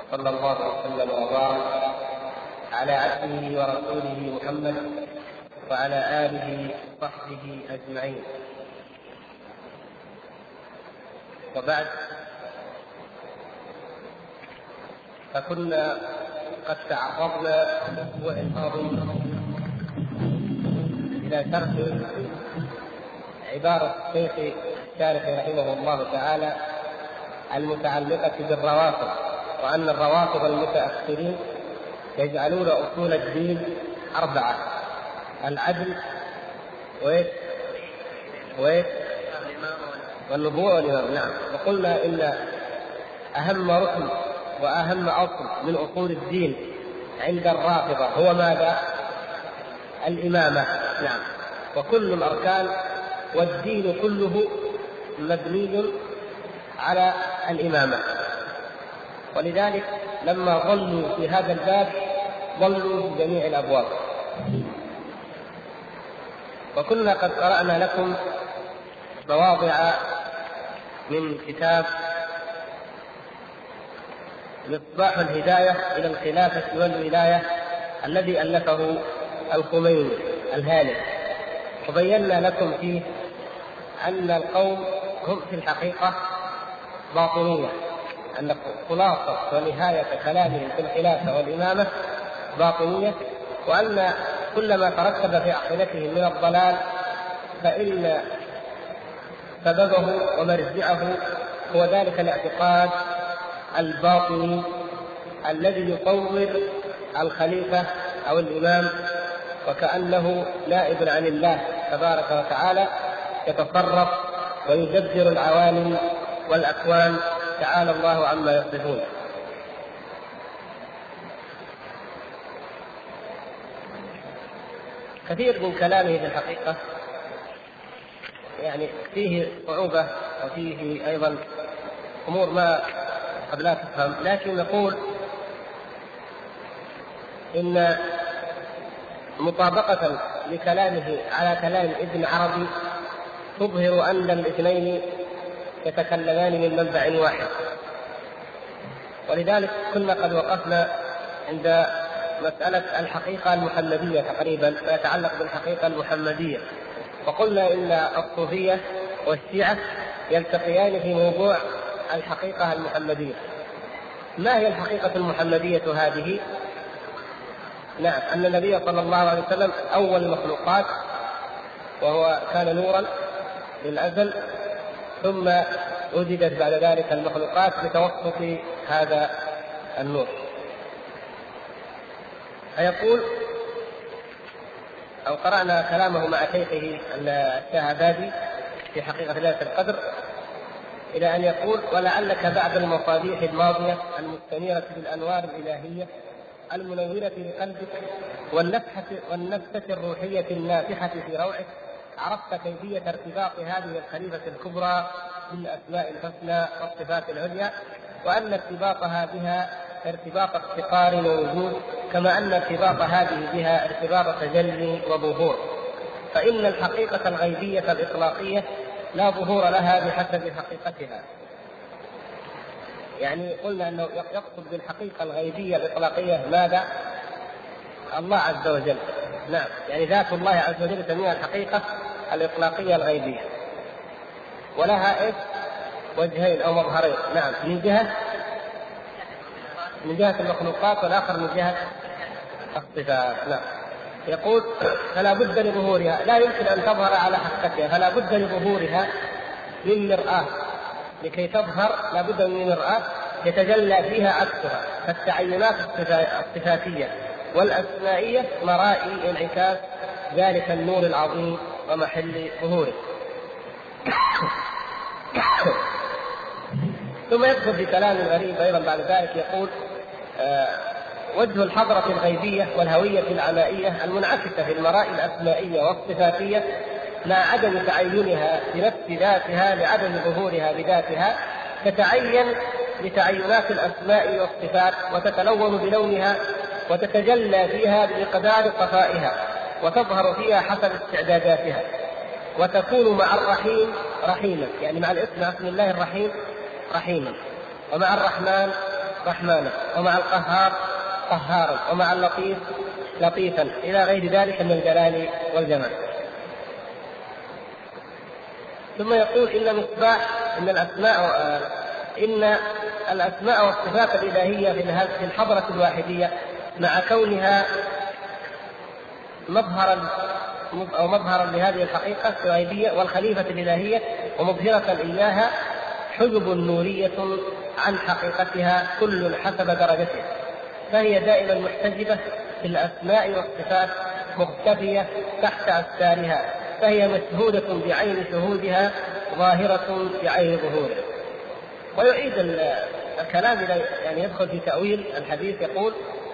صلى الله وسلم وبارك على عبده ورسوله محمد وعلى آله وصحبه أجمعين. وبعد، فكنا قد تعرضنا في الأسبوع الماضي إلى شرح عبارة الشيخ الشارح رحمه الله تعالى المتعلقة بالروافض، وأن الروافض المتأخرين يجعلون أصول الدين 4: العدل والنبوة والإمامة. نعم، وقلنا إن أهم ركن وأهم أصل من أصول الدين عند الرافضة هو ماذا؟ الإمامة. نعم، وكل الأركان والدين كله مبني على الإمامة، ولذلك لما ضلوا في هذا الباب ضلوا في جميع الأبواب. وكنا قد قرأنا لكم مواضع من كتاب مصباح الهداية إلى الخلافة والولاية الذي ألفه الخميني الهالك، وبينا لكم فيه أن القوم هم في الحقيقة باطنية، أن خلاصة ونهاية كلامهم في الخلافة والإمامة باطنية، وأن كل ما ترتب في عقيدتهم من الضلال فإن سببه ومرجعه هو ذلك الاعتقاد الباطني الذي يصور الخليفة أو الإمام وكأنه نائب عن الله تبارك وتعالى يتصرف ويدبر العوالم والأكوان، تعالى الله عما يصفون. كثير من كلامه في الحقيقة يعني فيه صعوبة وفيه أيضا أمور ما قد لا تفهم، لكن نقول إن مطابقة لكلامه على كلام ابن عربي تظهر أن الاثنين يتكلمان من منبع واحد. ولذلك كنا قد وقفنا عند مسألة الحقيقة المحمدية تقريبا، ما يتعلق بالحقيقة المحمدية، وقلنا إن الصوفية والشيعة يلتقيان في موضوع الحقيقة المحمدية. ما هي الحقيقة المحمدية هذه؟ نعم، أن النبي صلى الله عليه وسلم أول المخلوقات، وهو كان نورا للأزل، ثم وجدت بعد ذلك المخلوقات بتوسط هذا النور. فيقول أو قرأنا كلامه مع شيخه الشهبادي في حقيقة ليلة القدر إلى أن يقول: ولعلك بعد المصابيح الماضية المستنيرة بالأنوار الإلهية المنورة لقلبك والنفسة الروحية النافحة في روعك عرفت كيفية ارتباط هذه الخليفة الكبرى بالأسماء الحسنى والصفات العليا، وأن ارتباطها بها ارتباط افتقار ووجود، كما أن ارتباط هذه بها ارتباط تجلي وظهور، فإن الحقيقة الغيبية الإطلاقية لا ظهور لها بحسب حقيقتها. يعني قلنا أنه يقصد بالحقيقة الغيبية الإطلاقية ماذا؟ الله عز وجل. نعم، يعني ذات الله عز وجل تسميها الحقيقة الإطلاقية الغيبية، ولها وجهين أو مظهرين. نعم، من جهة المخلوقات، والآخر من جهة الصفات. نعم، يقول: فلا بد لظهورها، لا يمكن أن تظهر على حقيقتها، فلا بد لظهورها من مرآة، لكي تظهر لا بد من مرآة يتجلى فيها عكسها، فالتعينات الصفاتية والأسمائية مرائي انعكاس ذلك النور العظيم ومحل ظهوره. ثم يدخل في كلام غريب أيضا بعد ذلك، يقول: وجه الحضرة الغيبية والهوية العمائية المنعكسة في المرائي الأسمائية والصفاتية مع عدم تعينها بنفس ذاتها لعدم ظهورها بذاتها تتعين لتعينات الأسماء والصفات وتتلون بلونها وتتجلى فيها بمقدار صفائها وتظهر فيها حسب استعداداتها، وتكون مع الرحيم رحيما، يعني مع اسم الله الرحيم رحيما، ومع الرحمن رحمانا، ومع القهار قهارا، ومع اللطيف لطيفا، إلى غير ذلك من الجلال والجمال. ثم يقول إن الأسماء والصفات الإلهية في الحضرة الواحدية مع كونها مظهرا لهذه الحقيقة الشهيدية والخليفة الإلهية ومظهرة إياها، حجب نورية عن حقيقتها كل حسب درجته، فهي دائما محتجبة في الأسماء والصفات، مختفية تحت أستارها، فهي مشهودة بعين شهودها، ظاهرة بعين ظهورها. ويعيد الكلام يعني يدخل في تأويل الحديث، يقول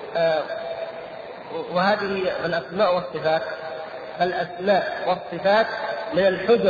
وهذه الأسماء والصفات، الأسماء والصفات من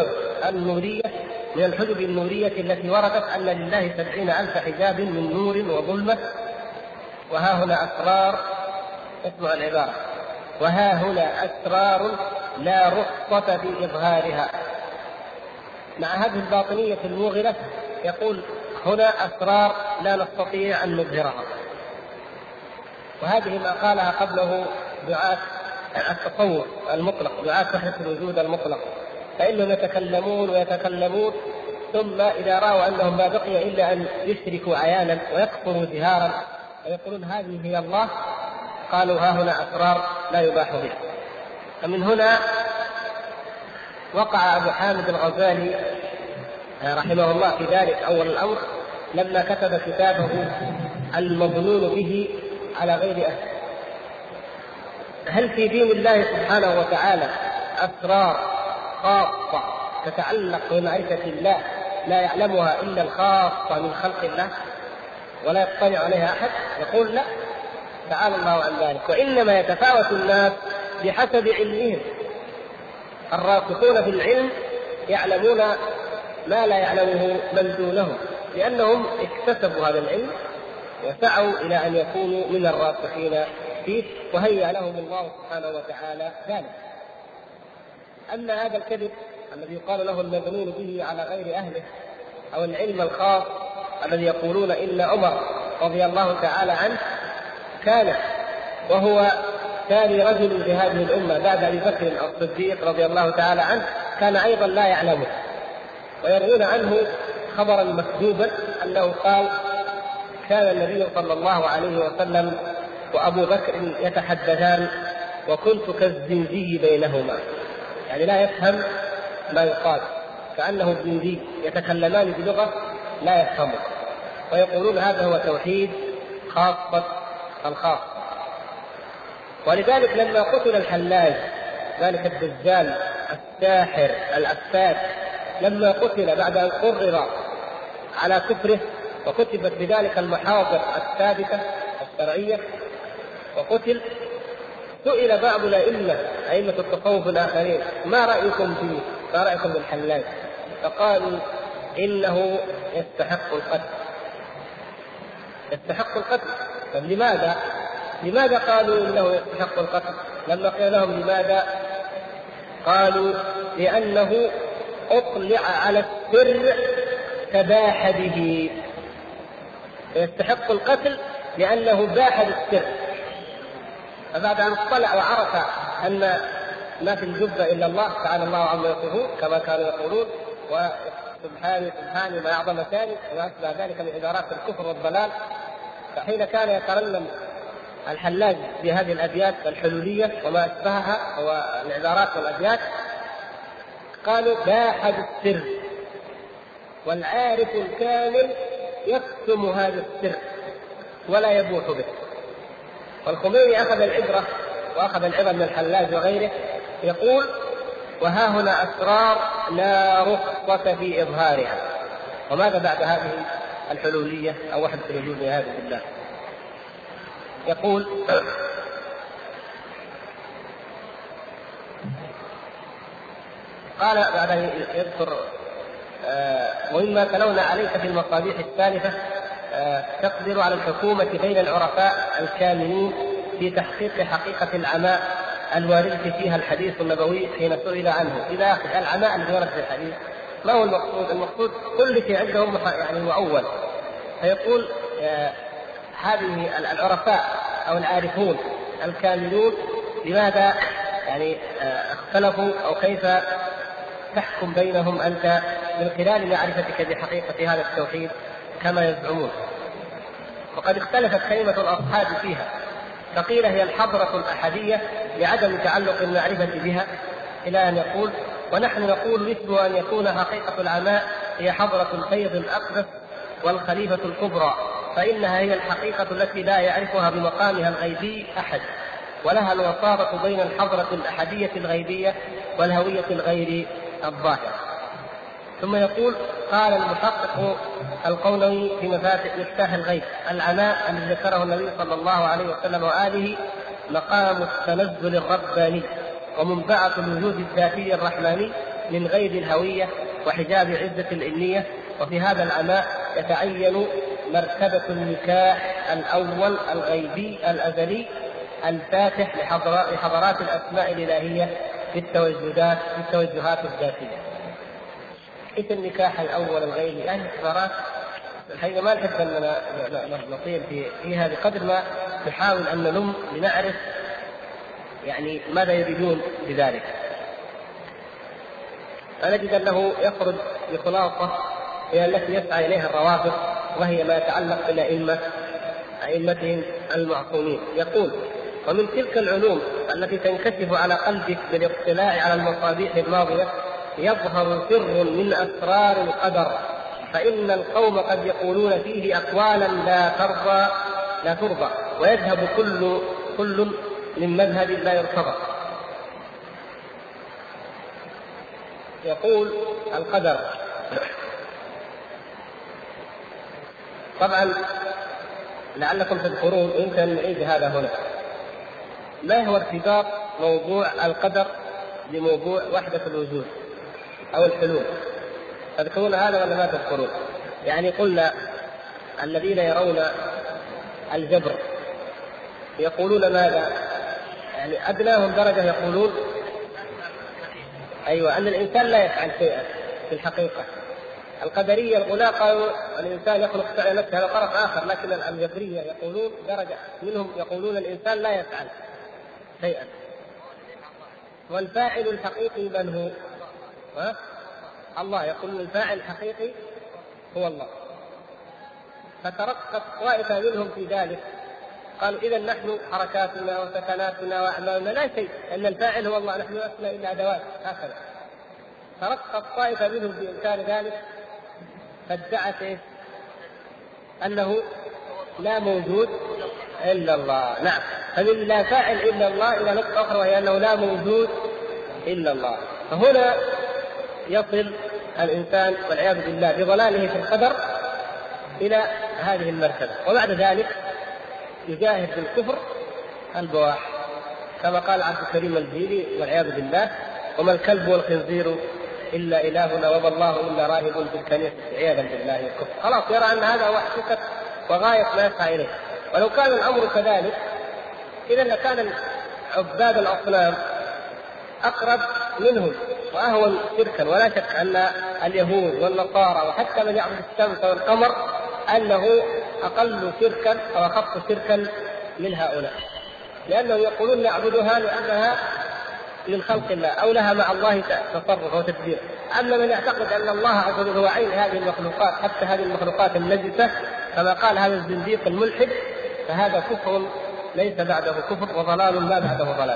الحجب النورية التي وردت أن لله 70,000 حجاب من نور وظلمة، وها هنا أسرار، اسمع العبارة، وها هنا أسرار لا رخصة في إظهارها. مع هذه الباطنية الموغلة يقول هنا أسرار لا نستطيع أن نظهرها. وهذه ما قالها قبله دعاة التصوف المطلق، دعاة وحدة الوجود المطلق، فإنهم يتكلمون ثم إذا رأوا أنهم ما بقي إلا أن يشركوا عيانا ويكفروا جهارا ويقولون هذه هي الله، قالوا ها هنا أسرار لا يباح بها. فمن هنا وقع أبو حامد الغزالي رحمه الله في ذلك أول الأمر لما كتب كتابه المظنون به على غير أهل. هل في دين الله سبحانه وتعالى أسرار خاصة تتعلق بمعرفة الله لا يعلمها إلا الخاصة من خلق الله ولا يطلع عليها أحد؟ يقول لا، تعالى الله عن ذلك، وإنما يتفاوت الناس بحسب علمهم. الراسخون في العلم يعلمون ما لا يعلمه من دونهم، لأنهم اكتسبوا هذا العلم وسعوا إلى أن يكونوا من الراسخين فيه، وهيأ لهم الله سبحانه وتعالى ذلك. أما هذا الكذب الذي يقال له المظنون به على غير أهله، أو العلم الخاص الذي يقولون إن عمر رضي الله تعالى عنه كان وهو ثاني رجل في هذه الأمة بعد أبي بكر الصديق رضي الله تعالى عنه، كان أيضا لا يعلمه، ويروون عنه خبرا مكذوبا أنه قال كان النبي صلى الله عليه وسلم وأبو بكر يتحدثان وكنت كالزنجي بينهما، يعني لا يفهم ما يقال، كأنه الزنجي، يتكلمان بلغة لا يفهمه، ويقولون هذا هو توحيد خاصة الخاص. ولذلك لما قتل الحلاج ذلك الدجال الساحر الأفاك، لما قتل بعد أن قرر على كفره وكتبت بذلك المحاضر الثابتة الشرعية وقتل، سئل بعض أئمة التصوف الآخرين ما رأيكم فيه؟ ما رأيكم بالحلاج؟ فقالوا إنه يستحق القتل. يستحق القتل. طيب لماذا قالوا إنه يستحق القتل؟ لما قيل لهم لماذا قالوا لأنه أطلع على السر فباح به. يستحق القتل لأنه باح بالسر، فبعد أن اطلع وعرف أن ما في الجبة إلا الله تعالى الله عما يصفون كما كانوا يقولون، وسبحانه ما أعظم ثاني وما أشبه ذلك من عبارات الكفر والضلال. فحين كان يترنم الحلاج بهذه الأبيات الحلولية وما أشبهها والعبارات والأبيات، قالوا باح بالسر، والعارف الكامل يكتم هذا السر ولا يبوح به. والخميني أخذ العبرة وأخذ العبرة من الحلاج وغيره، يقول وها هنا أسرار لا رخصة في إظهارها. وماذا بعد هذه الحلولية أو وحدة الوجود هذه بالله؟ يقول قال بعد أن يذكر ومما تلونا عليك في المصابيح الثالثة تقدر على الحكومة بين العرفاء الكاملين في تحقيق حقيقة العماء الواردة فيها الحديث النبوي حين سئل عنه. إذا أخذ العماء الذي ورد في الحديث ما هو المقصود؟ المقصود كل شيء عندهم يعني مؤول. فيقول هذه العرفاء أو العارفون الكاملون لماذا يعني اختلفوا، أو كيف تحكم بينهم أنت من خلال معرفتك بحقيقة هذا التوحيد كما يزعمون؟ وقد اختلفت كلمة الأصحاب فيها، فقيل هي الحضرة الأحدية لعدم تعلق المعرفة بها، إلى أن يقول: ونحن نقول مثل أن يكون حقيقة العماء هي حضرة الفيض الأقدس والخليفة الكبرى، فإنها هي الحقيقة التي لا يعرفها بمقامها الغيبي أحد، ولها الوساطة بين الحضرة الأحدية الغيبية والهوية الغير الظاهرة. ثم يقول: قال المحقق القولوي في مفتاح الغيب: العماء الذي ذكره النبي صلى الله عليه وسلم وآله مقام التنزل الرباني ومنبعث الوجود الذاتي الرحماني من غير الهوية وحجاب عزة الإنية. وفي هذا العماء يتعين مرتبة النكاح الأول الغيبي الأزلي الفاتح لحضرات الأسماء الإلهية في التوجهات الذاتية. إيش النكاح الأول الغيبي؟ يعني حضارات الحقيقة ما نحب أننا نطيل في هذا قدر ما نحاول أن نلم لنعرف يعني ماذا يريدون بذلك. فنجد أنه يخرج بخلاصة هي التي يسعى إليها الروافض، وهي ما يتعلق بأئمتهم المعصومين. يقول: ومن تلك العلوم التي تنكشف على قلبك بالاطلاع على المصابيح الماضية يظهر سر من أسرار القدر، فإن القوم قد يقولون فيه أقوالا لا ترضى ويذهب كل من مذهب لا يرتضى. يقول: القدر طبعا لعلكم تذكرون، يمكن نعيد هذا هنا، ما هو ارتباط موضوع القدر بموضوع وحدة الوجود أو الحلول؟ تذكرون هذا ولا ما تذكرون؟ يعني قلنا الذين يرون الجبر يقولون ماذا؟ يعني أدناهم درجة يقولون أيوة أن الإنسان لا يفعل شيئا في الحقيقة. القدرية الغلاة قالوا الإنسان يخلق فعل نفسه، هذا طرف آخر. لكن الجبرية يقولون درجة منهم يقولون الإنسان لا يفعل شيئا، والفاعل الحقيقي من هو؟ الله. يقولون الفاعل الحقيقي هو الله. فترقت طائفة منهم في ذلك، قالوا إذا نحن حركاتنا وسكناتنا وأعمالنا لا شيء، أن الفاعل هو الله، نحن لسنا إلا أدوات. هكذا ترقت طائفة منهم في إنكار ذلك، فادعت أنه لا موجود إلا الله. نعم، فمن لا فاعل إلا الله إلى نقطة أخرى وهي أنه لا موجود إلا الله. فهنا يصل الإنسان والعياذ بالله بضلاله في القدر إلى هذه المرتبة، وبعد ذلك يجاهد بالكفر البواح كما قال عبد الكريم الجيلي والعياذ بالله: وما الكلب والخنزير إلا إلهنا وما الله إلا راهب في الكنيسة عياذا بالله الكفر. خلاص يرى أن هذا هو حقيقة وغاية ما يسعى إليه. ولو كان الأمر كذلك إذا لكان عباد الأصنام أقرب منهم وأهون شركا. ولا شك أن اليهود والنصارى وحتى من يعبد الشمس والقمر أنه أقل شركا أو أخف شركا من هؤلاء، لأنهم يقولون نعبدها لأنها من خلق الله أو لها مع الله تصرف وتدبير. أما من يعتقد أن الله عز وجل هو عين هذه المخلوقات، حتى هذه المخلوقات النجسة كما قال هذا الزنديق الملحد، فهذا كفر ليس بعده كفر وضلال ما بعده ضلال.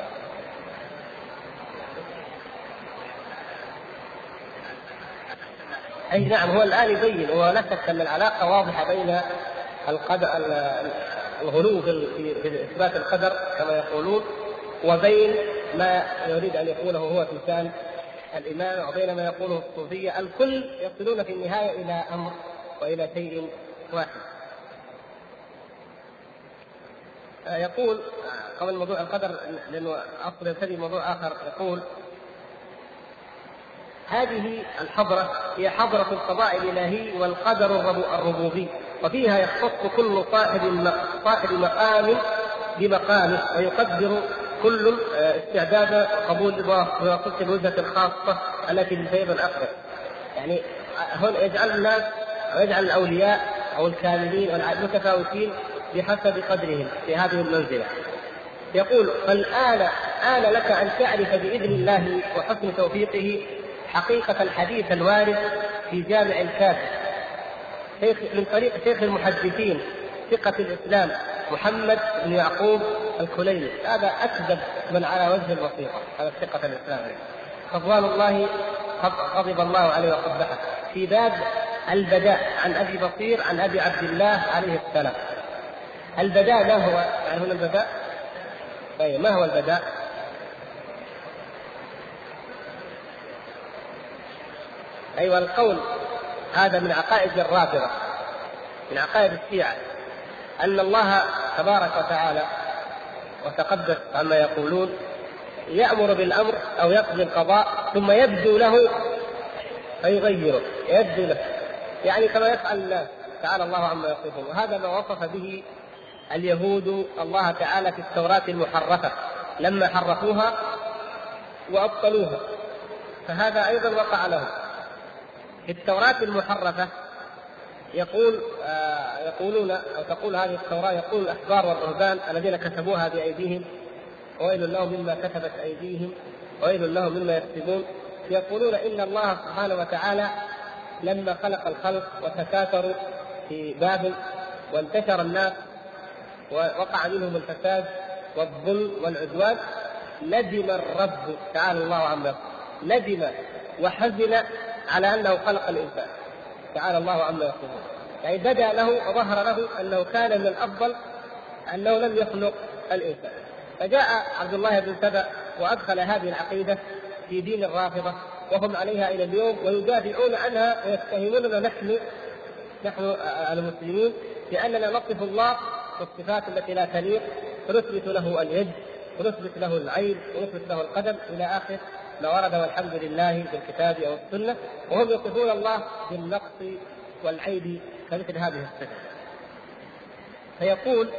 أي نعم، هو الآن يبين، ولا شك أن العلاقة واضحة بين الغلو في إثبات القدر كما يقولون، وبين ما يريد أن يقوله هو في شأن الإمامة، وبين ما يقوله الصوفية. الكل يصلون في النهاية إلى أمر وإلى شيء واحد. يقول قبل موضوع القدر، لأنه أصل يبتدي موضوع آخر، يقول: هذه الحضرة هي حضرة القضاء الإلهي والقدر الربوبي، وفيها يختص كل صاحب مقام بمقامه، ويقدر كل استعداد قبول بواسطة الوجهة الخاصة التي بالفيض الأكبر. يعني هنا يجعل الناس ويجعل الأولياء أو الكاملين المتفاوتين بحسب قدرهم في هذه المنزلة. يقول: فالآن آن لك أن تعرف بإذن الله وحسن توفيقه حقيقة الحديث الوارد في جامع الكافي من طريق شيخ المحدثين ثقة الإسلام محمد بن يعقوب الكليني. هذا أكذب من على وجه البسيطة، هذا ثقة الإسلام رضوان الله غضب الله عليه وقبحه، في باب البداء عن أبي بصير عن أبي عبد الله عليه السلام. البداء ما هو؟ يعني هنا البداء، ما هو البداء؟ أيوة، القول هذا من عقائد الرافضة، من عقائد الشيعة، أن الله تبارك وتعالى وتقدس عما يقولون يأمر بالأمر أو يقضي القضاء ثم يبدو له فيغيره، يبدو له، يعني كما يفعل الناس، تعالى الله عما يصفون. وهذا ما وصف به اليهود الله تعالى في التوراة المحرفة لما حرفوها وأبطلوها، فهذا أيضا وقع لهم. في التوراة المحرفة يقولون أو تقول هذه التوراة، يقول الأحبار والرهبان الذين كتبوها بأيديهم: ويل لهم مما كتبت أيديهم ويل لهم مما يكسبون. يقولون إن الله سبحانه وتعالى لما خلق الخلق وتكاثروا في بابل وانتشر الناس ووقع منهم الفساد والظلم والعدوان، ندم الرب تعالى الله عما ندم وحزن على أنه خلق الإنسان تعالى الله عما يقولون. يعني بدا له وظهر له أنه كان من الأفضل أنه لم يخلق الإنسان. فجاء عبد الله بن سبأ وأدخل هذه العقيدة في دين الرافضة وهم عليها إلى اليوم ويدافعون عنها ويتهموننا نحن المسلمين بأننا نصف الله بالصفات التي لا تليق، ونثبت له اليد ونثبت له العين ونثبت له القدم إلى آخر ما ورد والحمد لله بالكتاب أو السنة، وهم يصفون الله بالنقص والعيب كمثل هذه الصفة. فيقول: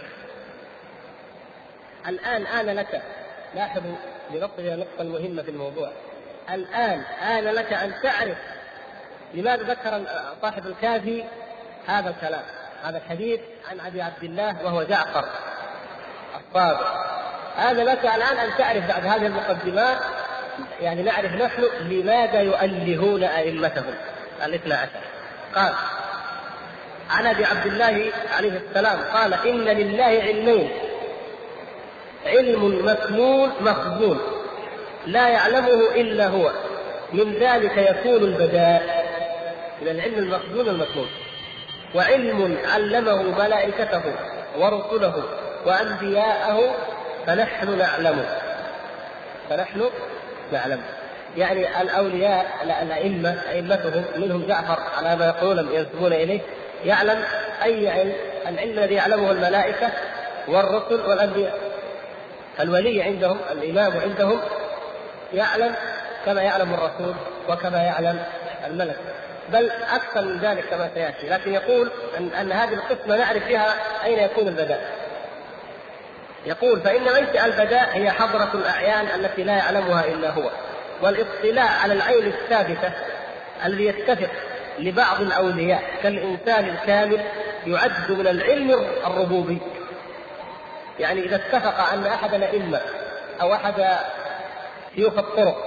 الآن آن لك، لاحظوا لنقل إلى النقطة المهمة في الموضوع، الآن آن لك أن تعرف لماذا ذكر صاحب الكافي هذا الكلام، هذا الحديث عن أبي عبد الله وهو جعفر الصادق. آن لك الآن أن تعرف بعد هذه المقدمات، يعني نعرف نحن لماذا يؤلهون أئمتهم الاثنى عشر. قال عن أبي عبد الله عليه السلام قال: إن لله علمين: علم مكنون مخزون لا يعلمه إلا هو، من ذلك يكون البداء، من العلم المخزون المكنون، وعلم علمه ملائكته ورسله وأنبياءه فنحن نعلمه. يعني الأولياء الأئمة أئمتهم منهم جعفر على ما يقولون ينسبون إليه يعلم أي علم، العلم الذي يعلمه الملائكة والرسل والأنبياء. الولي عندهم، الإمام عندهم يعلم كما يعلم الرسول وكما يعلم الملك، بل أكثر من ذلك كما سيأتي. لكن يقول أن هذه القسمة نعرف فيها أين يكون البداء. يقول: فإن منشأ البداء هي حضرة الأعيان التي لا يعلمها إلا هو، والاطلاع على العين الثابتة الذي يتفق لبعض الأولياء كالإنسان الكامل يعد من العلم الربوبي. يعني إذا اتفق أن أحد الأئمة أو أحد شيوخ الطرق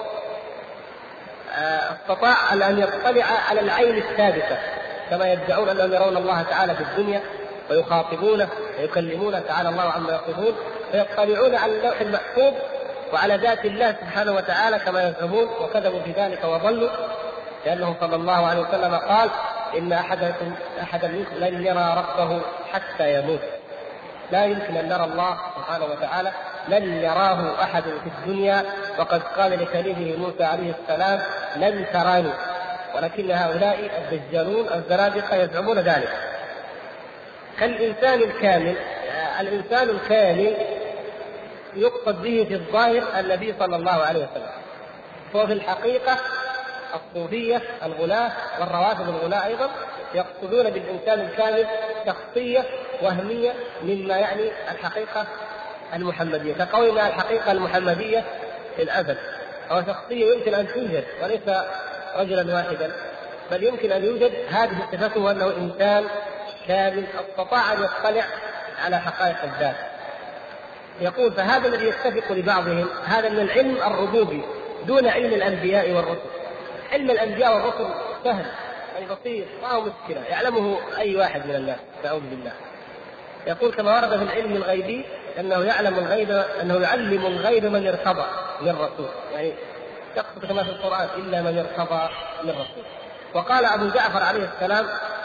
استطاع أن يطلع على العين الثابتة كما يدعون أنهم يرون الله تعالى في الدنيا ويخاطبونه ويكلمونه تعالى الله عما يقولون، فيطلعون على اللوح المحفوظ وعلى ذات الله سبحانه وتعالى كما يزعمون، وكذبوا في ذلك وضلوا، لأنه صلى الله عليه وسلم قال: إن أحدا منكم لن يرى ربه حتى يموت. لا يمكن أن نرى الله سبحانه وتعالى، لن يراه أحد في الدنيا، وقد قال لكلمه موسى عليه السلام: لن تراني. ولكن هؤلاء الدجالون الزنادقة يزعمون ذلك. كالإنسان الكامل، الإنسان الكامل يقصد به في الظاهر النبي صلى الله عليه وسلم، وفي الحقيقة الصوفية الغلاة والروافض الغلاة أيضا يقصدون بالإنسان الكامل شخصية وهمية مما يعني الحقيقة المحمدية، كقولنا الحقيقة المحمدية في الأزل، أو شخصية يمكن أن توجد وليس رجلا واحدا، بل يمكن أن يوجد هذه صفته أنه إنسان كامل استطاع أن يطلع على حقائق الذات. يقول فهذا الذي يتفق لبعضهم هذا من العلم الربوبي دون علم الأنبياء والرسل. علم الأنبياء والرسل سهل يعني بسيط ما هو مشكلة يعلمه أي واحد من الناس نعوذ بالله. يقول كما ورد في العلم الغيبي أنه يعلم الغيب أنه يعلم الغيب من ارتضى من الرسول، يعني يقصد كما في القرآن إلا من ارتضى من الرسول. وقال أبو جعفر عليه السلام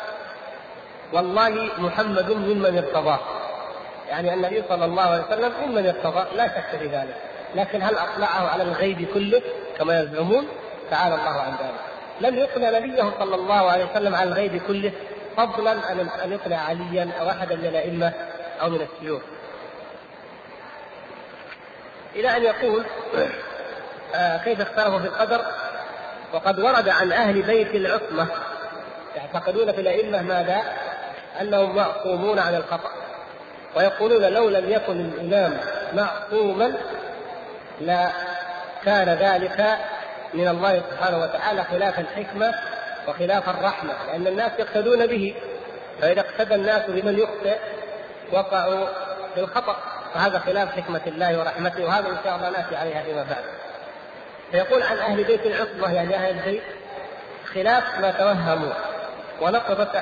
والله محمد ممن ارتضاه، يعني النبي صلى الله عليه وسلم ممن ارتضى لا شك في ذلك، لكن هل أطلعه على الغيب كله كما يزعمون؟ تعالى الله عن ذلك. لم يطلع نبيه صلى الله عليه وسلم على الغيب كله فضلا أن يطلع عليا أو أحدا من الأئمة أو من الشيوخ. إلى أن يقول كيف اختلفوا في القدر. وقد ورد عن أهل بيت العصمة يعتقدون في الأئمة ماذا؟ أنهم معصومون عن الخطأ، ويقولون لو لم يكن الإمام معصوما لا كان ذلك من الله سبحانه وتعالى خلاف الحكمة وخلاف الرحمة، لأن الناس يقتدون به، فإذا اقتدى الناس بمن يخطئ وقعوا في الخطأ، فهذا خلاف حكمة الله ورحمته، وهذا إن شاء الله نأتي عليها فيما بعد. فيقول عن أهل بيت العصمة يعني أهل البيت خلاف ما توهموا، ونقضت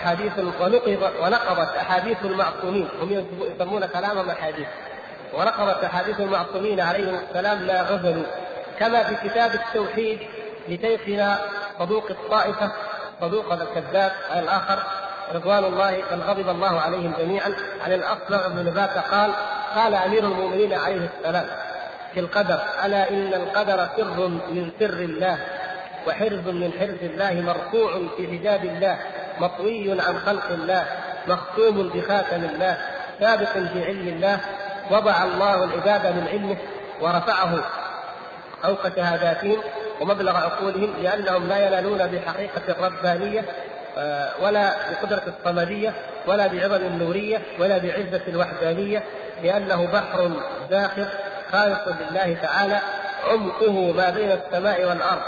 أحاديث المعصومين، هم يسمون كلامهم أحاديث، ونقضت أحاديث المعصومين عليهم السلام لا عذروا، كما في كتاب التوحيد لشيخنا صدوق الطائفة صدوق الكذاب على الآخر رضوان الله بل غضب الله عليهم جميعا عن الأصلع بن نباتة قال أمير المؤمنين عليه السلام في القدر ألا إن القدر سر من سر الله وحرز من حرز الله مرفوع في حجاب الله مطوي عن خلق الله مختوم بخاتم الله سابق في علم الله وضع الله العباد من علمه ورفعه فوق شهاداتهم ومبلغ عقولهم لأنهم لا ينالون بحقيقة الربانية ولا بقدرة الصمدية ولا بعظم النورية ولا بعزة الوحدانية، لأنه بحر زاخر خالص لله تعالى عمقه ما بين السماء والأرض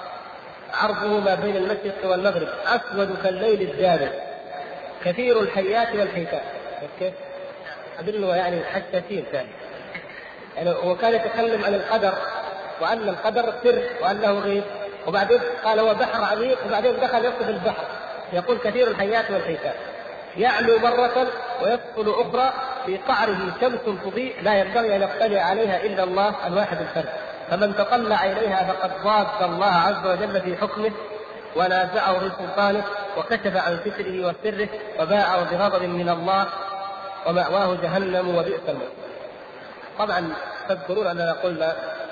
عرضه ما بين المشرق والمغرب أسود كالليل الدامع كثير الحيات والحيتان. كيف؟ أدله يعني حشاشين ثاني يعني هو كان يتكلم عن القدر وأن القدر سر وأنه غيب، وبعدين قال هو بحر عميق، وبعدين دخل يصف البحر يقول كثير الحيات والحيتان يعلو مرة ويسفل أخرى في قعره شمس تضيء لا ينبغي أن يطلع عليها إلا الله الواحد الفرد، فمن تطلع إليها فقد ضاد الله عز وجل في حكمه ونازعه في سلطانه وكشف عن ستره وسره وباعه بغضب من الله ومأواه جهنم وبئس المصير. طبعا تذكرون أننا قلنا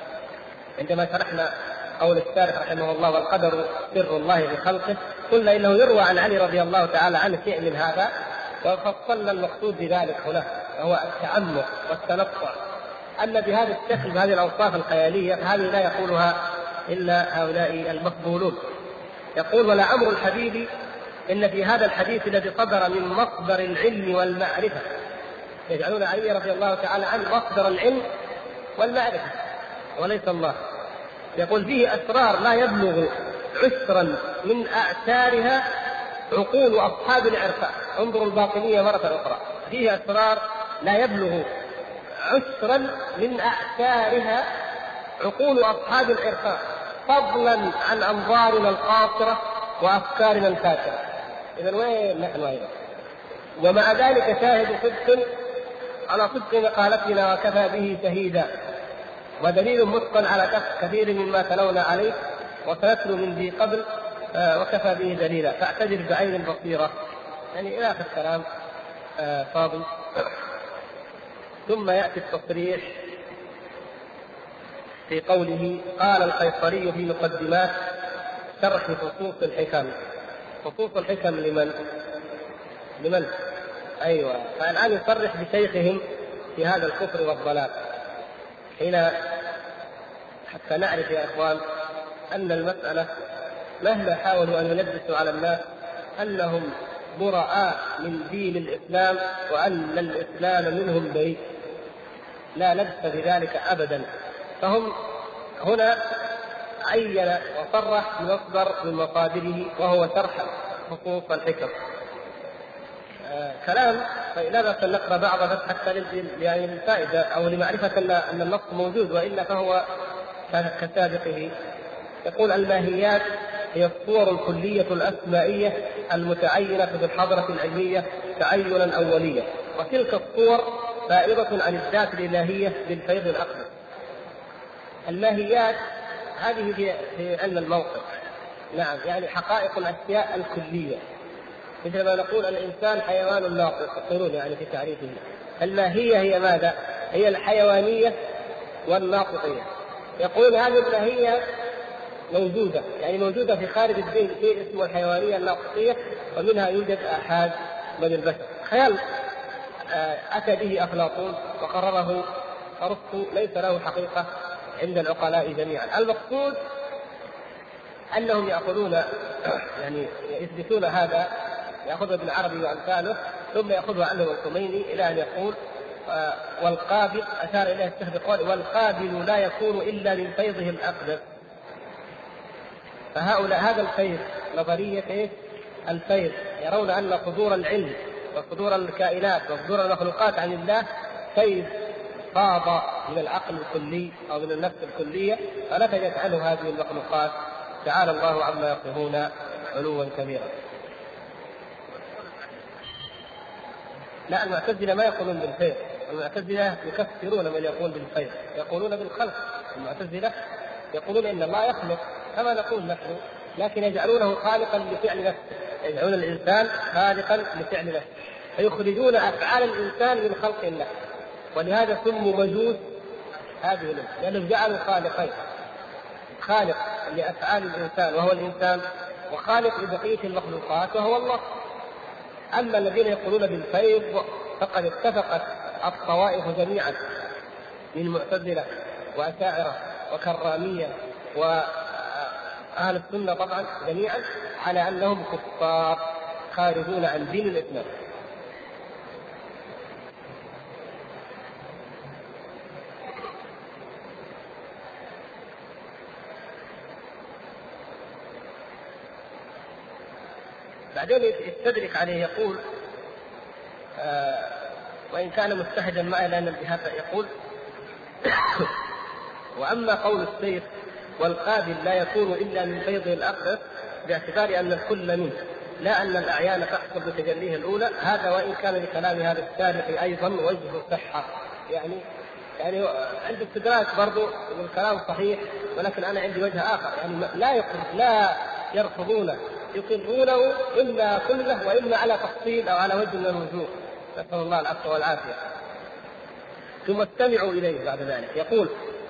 عندما شرحنا قول الشارح رحمه الله والقدر سر الله بخلقه قلنا إنه يروى عن علي رضي الله تعالى عنه شيء من هذا، وفصلنا المقصود بذلك هنا هو التعمق والتنطع، أن بهذا الشكل بهذه الأوصاف الخيالية فهذه لا يقولها إلا هؤلاء المقبولون. يقول ولعمر الحبيب إن في هذا الحديث الذي صدر من مصدر العلم والمعرفة، يجعلون علي رضي الله تعالى عنه مصدر العلم والمعرفة وليس الله، يقول فيه أسرار لا يبلغ عشرا من أعتارها عقول أصحاب العرفان. انظروا الباطنية مرة أخرى، فيه أسرار لا يبلغ عشرا من أعتارها عقول أصحاب العرفان فضلا عن أنظارنا القاصرة وأفكارنا الفاترة. إذن وين نحن أيضا؟ ومع ذلك شاهد صدق على صدق مقالتنا وكفى به شهيدا ودليل مثقل على كثير مما تلونا عليه وسنتلو من ذي قبل وكفى به دليلا فاعتبر بعين البصيرة، يعني إلى آخر كلام فاضل. ثم يأتي التصريح في قوله قال القيصري في مقدمات شرح فصوص الحكم. فصوص الحكم لمن؟ أيوة، فالآن يصرح بشيخهم في هذا الكفر والضلال حين حتى نعرف يا إخوان أن المسألة مهما حاولوا أن يلبسوا على الناس أنهم براء من دين الإسلام وأن الإسلام منهم بريء، لا لبس بذلك أبدا. فهم هنا عين وصرح بمصدر من مصادره وهو شرح فصوص الحكم. كلام، فلا بأس أن نقرأ بعض بس حتى يعني للفائدة أو لمعرفة أن النص موجود، وإلا فهو كسابقه. يقول: الماهيات هي الصور الكلية الأسمائية المتعينة في الحضرة العلمية تعينا أوليا، وتلك الصور فائضة عن الذات الإلهية بالفيض الأقدس. الماهيات هذه في علم الموقف، نعم، يعني حقائق الأشياء الكلية، مثل ما نقول الإنسان حيوان ناطق، يقولون يعني في تعريفه. الماهية هي ماذا؟ هي الحيوانية والناطقية. يقول هذه الماهية موجودة، يعني موجودة في خارج الدين شيء اسمه الحيوانية الناطقية، ومنها يوجد آحاد بني البشر. خيال أتى به أفلاطون وقرره أرسطو، ليس له حقيقة عند العقلاء جميعا. المقصود أنهم يأخذون يعني يثبتون هذا، يأخذ ابن عربي وأمثاله، ثم يأخذه عنه الخميني إلى أن يقول: والقابل، أشار إليه الشيخ بقول: والقابل لا يكون إلا من فيضه الأقدس. فهؤلاء هذا الفيض، نظرية الفيض، يرون أن صدور العلم وصدور الكائنات وصدور المخلوقات عن الله فيض فاض من العقل الكلي أو من النفس الكلية، فنتجت عنه هذه المخلوقات. تعالى الله عما يصفون علوا كبيرا. لا، المعتزلة ما يقولون بالفيض، المعتزلة يكفرون من يقول بالفيض، يقولون بالخلق. المعتزلة يقولون إن الله يخلق كما نقول نحن، لكن يجعلونه خالقا لفعل نفسه، يجعلون الإنسان خالقا لفعل نفسه، فيخرجون أفعال الإنسان من خلق الله، ولهذا سموا مجوس هذه الأمة، لأنهم جعلوا خالقين: خالق لأفعال الإنسان وهو الإنسان، وخالق لبقية المخلوقات وهو الله. أما الذين يقولون بالفيض فقد اتفقت الطوائف جميعا من معتزلة وأشاعرة وكرامية وأهل السنة طبعا جميعا على أنهم كفار خارجون عن دين الإسلام. بعدين يستدرك عليه يقول: وإن كان مستهجا معي لأن بهذا يقول: وأما قول الشيخ والقابل لا يكون إلا من فيضه الأقدس باعتبار أن الكل منه، لا أن الأعيان تحصل بتجليه الأولى، هذا وإن كان لكلام هذا الشارح أيضا وجه صحة. يعني عند استدراك برضو الكلام صحيح، ولكن أنا عندي وجه آخر، يعني لا يرفضونه، يقرونه إلا كله وإما على تفصيل أو على وجه من الوجوه، نسأل الله العفو والعافية. ثم استمعوا إليه بعد ذلك يقول: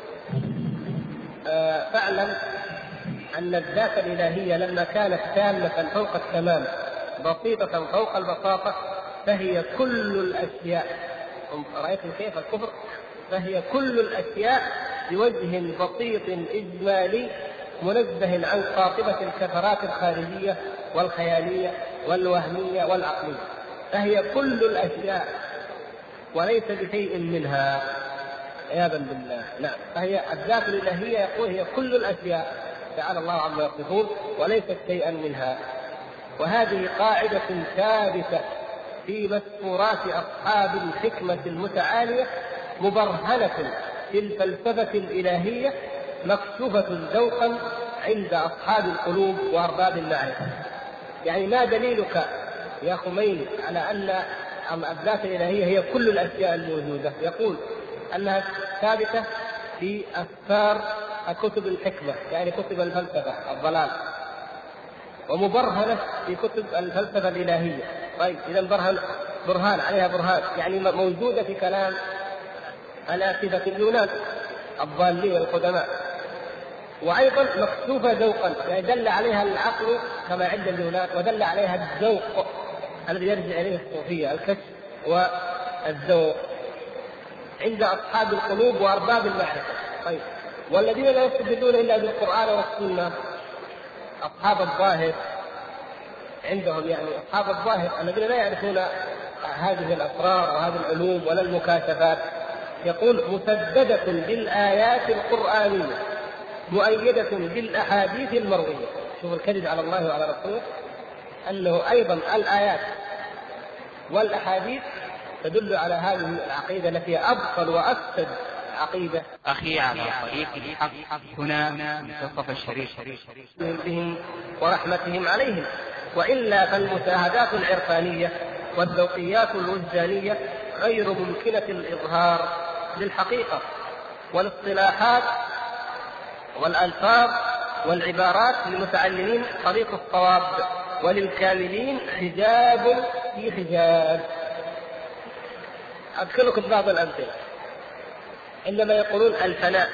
فاعلم أن الذات الإلهية لما كانت تامة فوق التمام بسيطة فوق البساطة فهي كل الأشياء. رأيتم كيف الكفر؟ فهي كل الأشياء بوجه بسيط إجمالي منزه عن قاطبة الكثرات الخارجية والخيالية والوهمية والعقلية، فهي كل الأشياء وليس بشيء منها، عياذا بالله. نعم، فهي الذات الإلهية يقول هي كل الأشياء، تعالى الله عما يصفون، وليست شيئا منها. وهذه قاعدة ثابتة في مسطورات أصحاب الحكمة المتعالية، مبرهنة في الفلسفة الإلهية، مكشوفة ذوقا عند أصحاب القلوب وأرباب المعرفة. يعني ما دليلك يا خميني على أن الذات الإلهية هي كل الأشياء الموجودة؟ يقول أنها ثابتة في أسفار كتب الحكمة، يعني كتب الفلسفة الضلال، ومبرهنة في كتب الفلسفة الإلهية. طيب إذا برهان عليها برهان، يعني موجودة في كلام فلاسفة اليونان الضالين القدماء، وأيضا مكشوفة ذوقا، يعني دل عليها العقل كما عند اليونان، ودل عليها الذوق الذي يرجع إليه الصوفية، الكشف والذوق عند أصحاب القلوب وأرباب المعرفة. طيب، والذين لا يستدلون إلا بالقرآن والسنة أصحاب الظاهر عندهم، يعني أصحاب الظاهر الذين لا يعرفون هذه الأسرار وهذه العلوم ولا المكاشفات، يقول مسددة بالآيات القرآنية مؤيدة بالأحاديث المروية. شوف الكذب على الله وعلى رسوله، أنه أيضا الآيات والأحاديث تدل على هذه العقيدة التي هي أبطل وأفسد عقيدة. أخي على طريق الحق هنا منتصف الشريف بهم ورحمتهم عليهم، وإلا فالمشاهدات العرفانية والذوقيات الوجدانية غير ممكنة الإظهار للحقيقة، والاصطلاحات والألفاظ والعبارات للمتعلمين طريق الصواب، وللكاملين حجاب في حجاب. أذكركم بعض الأمثلة. عندما يقولون الفناء،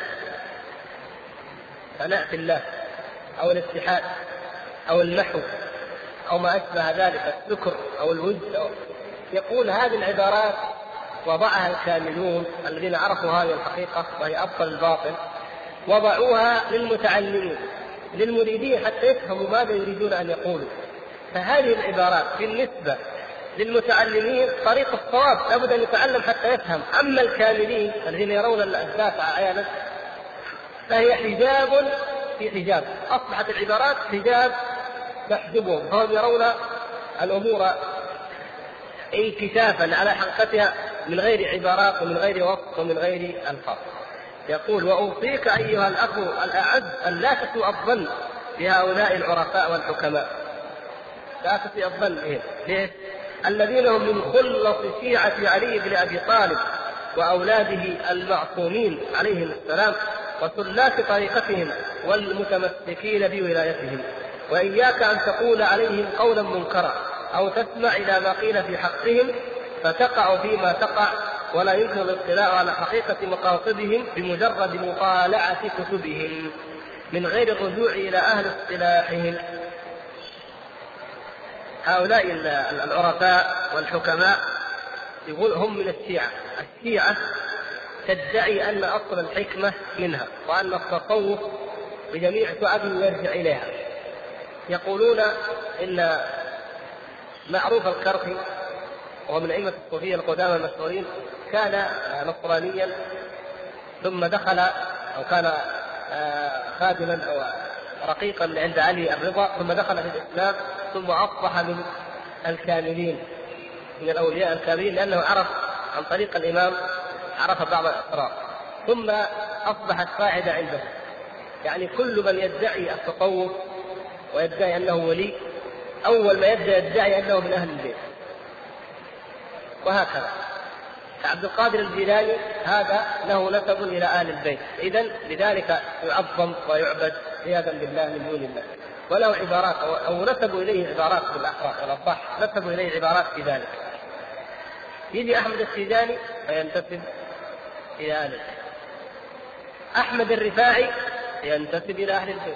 فناء في الله أو الاتحاد أو المحو أو ما أشبه ذلك، السكر أو الوجد، يقول هذه العبارات وضعها الكاملون الذين عرفوا هذه الحقيقة وهي أبطل الباطل، وضعوها للمتعلمين للمريدين حتى يفهموا ماذا يريدون أن يقولوا. فهذه العبارات بالنسبة للمتعلمين طريق الصواب، لابد أن يتعلم حتى يفهم. أما الكاملين الذين يرون الأحداث عيانا فهي حجاب في حجاب، أصبحت العبارات حجاب تحجبهم، فهم يرون الأمور انكشافا على حقيقتها من غير عبارات ومن غير وصف ومن غير ألفاظ. يقول: وأوصيك أيها الأخ الأعز أن لا تسوء الظن بهؤلاء العرفاء والحكماء. لا تسوء الظن بهم. ليه؟ الذين هم من خلص شيعة علي بن أبي طالب وأولاده المعصومين عليهم السلام، وسلاك طريقتهم والمتمسكين بولايتهم. وإياك أن تقول عليهم قولا منكرا أو تسمع إلى ما قيل في حقهم فتقع فيما تقع، ولا يمكن الاطلاع على حقيقة مقاصدهم بمجرد مطالعة كتبهم من غير الرجوع إلى أهل اصطلاحهم. هؤلاء العرفاء والحكماء يقول هم من الشيعة. الشيعة تدعي أن أصل الحكمة منها، وأن التصوف بجميع شعبه يرجع إليها. يقولون إن معروف الكرخي وهو من أئمة الصوفية القدامى المشهورين كان نصرانيا، ثم دخل أو كان خادما أو رقيقا عند علي الرضا، ثم دخل في الإسلام، ثم أصبح من الكاملين، من الأولياء الكاملين، لأنه عرف عن طريق الإمام عرف بعض الأسرار، ثم أصبحت قاعدة عنده. يعني كل من يدعي التصوف ويدعي أنه ولي أول ما يدعي أنه من أهل البيت، وهكذا. عبد القادر الجيلاني هذا له نسب إلى أهل البيت، إذن لذلك يعظم ويعبد عياذا بالله من دون الله، وله عبارات أو نسبوا إليه عبارات بالأحرار والأصح، نسبوا إليه عبارات في ذلك. يجي أحمد التيجاني فينتسب إلى أهل البيت، أحمد الرفاعي ينتسب إلى أهل البيت،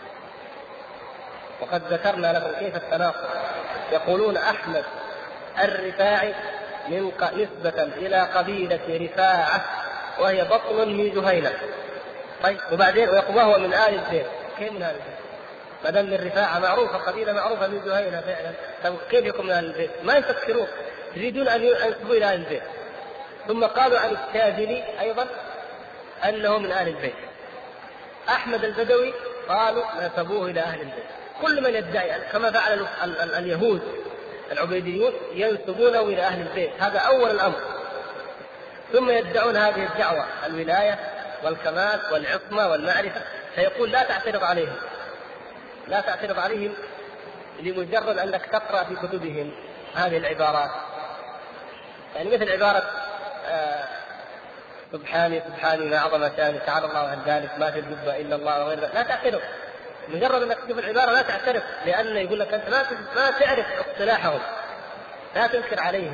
وقد ذكرنا لكم كيف التناقض. يقولون أحمد الرفاعي نسبة إلى قبيلة رفاعة وهي بطن من جهينة. طيب وبعدين وهو من آل البيت. كيف من آل البيت؟ ما دام الرفاعة معروفة، قبيلة معروفة من جهينة فعلا، طيب كيف يكون من آل البيت؟ ما يفكرون، يريدون أن ينسبوا إلى آل البيت. ثم قالوا عن الشاذلي أيضا أنه من آل البيت. أحمد البدوي قالوا نسبوه إلى أهل البيت. كل من يدعي كما فعل اليهود العبيديون ينسبونه إلى أهل البيت، هذا أول الأمر. ثم يدعون هذه الدعوة الولاية والكمال والعصمة والمعرفة، فيقول لا تعترض عليهم، لا تعترض عليهم لمجرد أنك تقرأ في كتبهم هذه العبارات. يعني مثل عبارة سبحاني سبحاني ما عظم شاني تعالى الله عن ذلك ما في الجبة إلا الله وغير ذلك، لا تعترض. مجرد أنك تشوف العبارة لا تعترف، لأن يقول لك أنت ما تعرف اصطلاحهم، لا تنكر عليهم.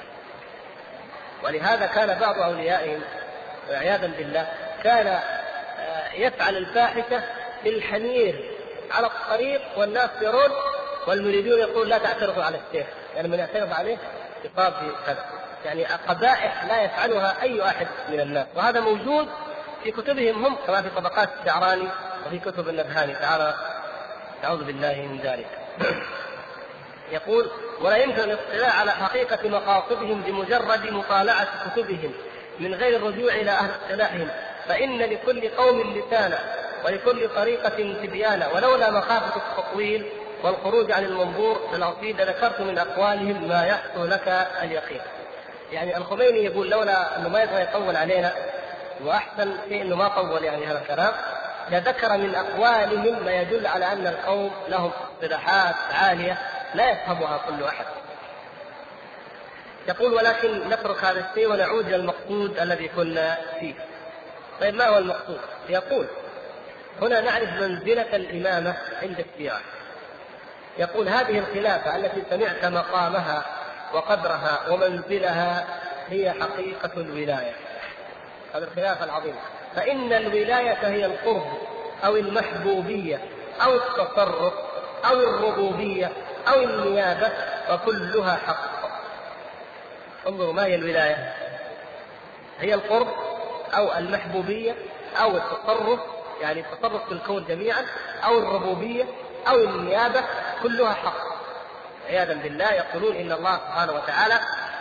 ولهذا كان بعض أوليائهم عياذا بالله كان يفعل الفاحشة بالحمير على الطريق، والناس يرون والمريدون يقول لا تعترضوا على الشيخ، يعني من يعترض عليه يصاب في كذا. يعني قبائح لا يفعلها أي أحد من الناس، وهذا موجود في كتبهم هم كما في طبقات الشعراني وفي كتب النبهاني تعالى نعوذ بالله من ذلك. يقول ولا يمكن الاطلاع على حقيقة مقاصدهم بمجرد مطالعة كتبهم من غير الرجوع إلى أهل اصطلاحهم، فإن لكل قوم لسانا ولكل طريقة تبيانا، ولولا مخافة التطويل والخروج عن المنظور في العقيدة ذكرت من أقوالهم ما يحصل لك اليقين. يعني الخميني يقول لولا أنه ما يبغى يطول علينا، وأحسن شيء أنه ما طول يعني هذا الكلام، لذكر من أقوالهم ما يدل على أن القوم لهم اصطلاحات عالية لا يفهمها كل أحد. يقول ولكن نترك هذا الشيء ونعود إلى المقصود الذي كنا فيه. طيب ما هو المقصود؟ يقول هنا نعرف منزلة الإمامة عند الشيعة. يقول هذه الخلافة التي سمعت مقامها وقدرها ومنزلها هي حقيقة الولاية، هذه الخلافة العظيمة. فإن الولاية هي القرب أو المحبوبية أو التصرف أو الربوبية أو النيابة، وكلها حق. انظروا ما هي الولاية؟ هي القرب أو المحبوبية أو التصرف، يعني التصرف في الكون جميعا، أو الربوبية أو النيابة، كلها حق عياذا بالله. يقولون إن الله سبحانه وتعالى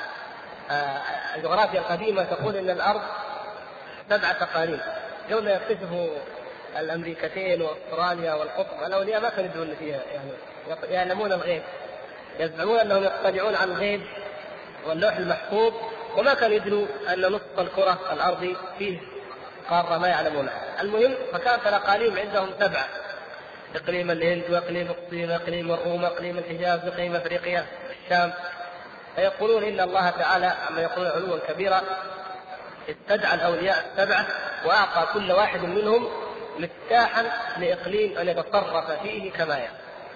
الجغرافيا القديمة تقول إن الأرض 7 تقاليد. قبل يكتشفوا الأمريكتين وأستراليا والقطب الأولياء ما كانوا يدرون فيها، يعني يعلمون الغيب، يزعمون أنهم يطلعون على الغيب واللوح المحفوظ، وما كانوا يدروا أن نصف الكرة الأرض فيه قارة ما يعلمونها. المهم فكانت الأقاليم عندهم 7: إقليم الهند وإقليم الصين وإقليم الروم وإقليم الحجاز وإقليم أفريقيا الشام. فيقولون إن الله تعالى عما يقولون علوا كبيرا استدعى الأولياء 7 وأعطى كل واحد منهم مفتاحا لإقليم أن يتصرف فيه كما يشاء.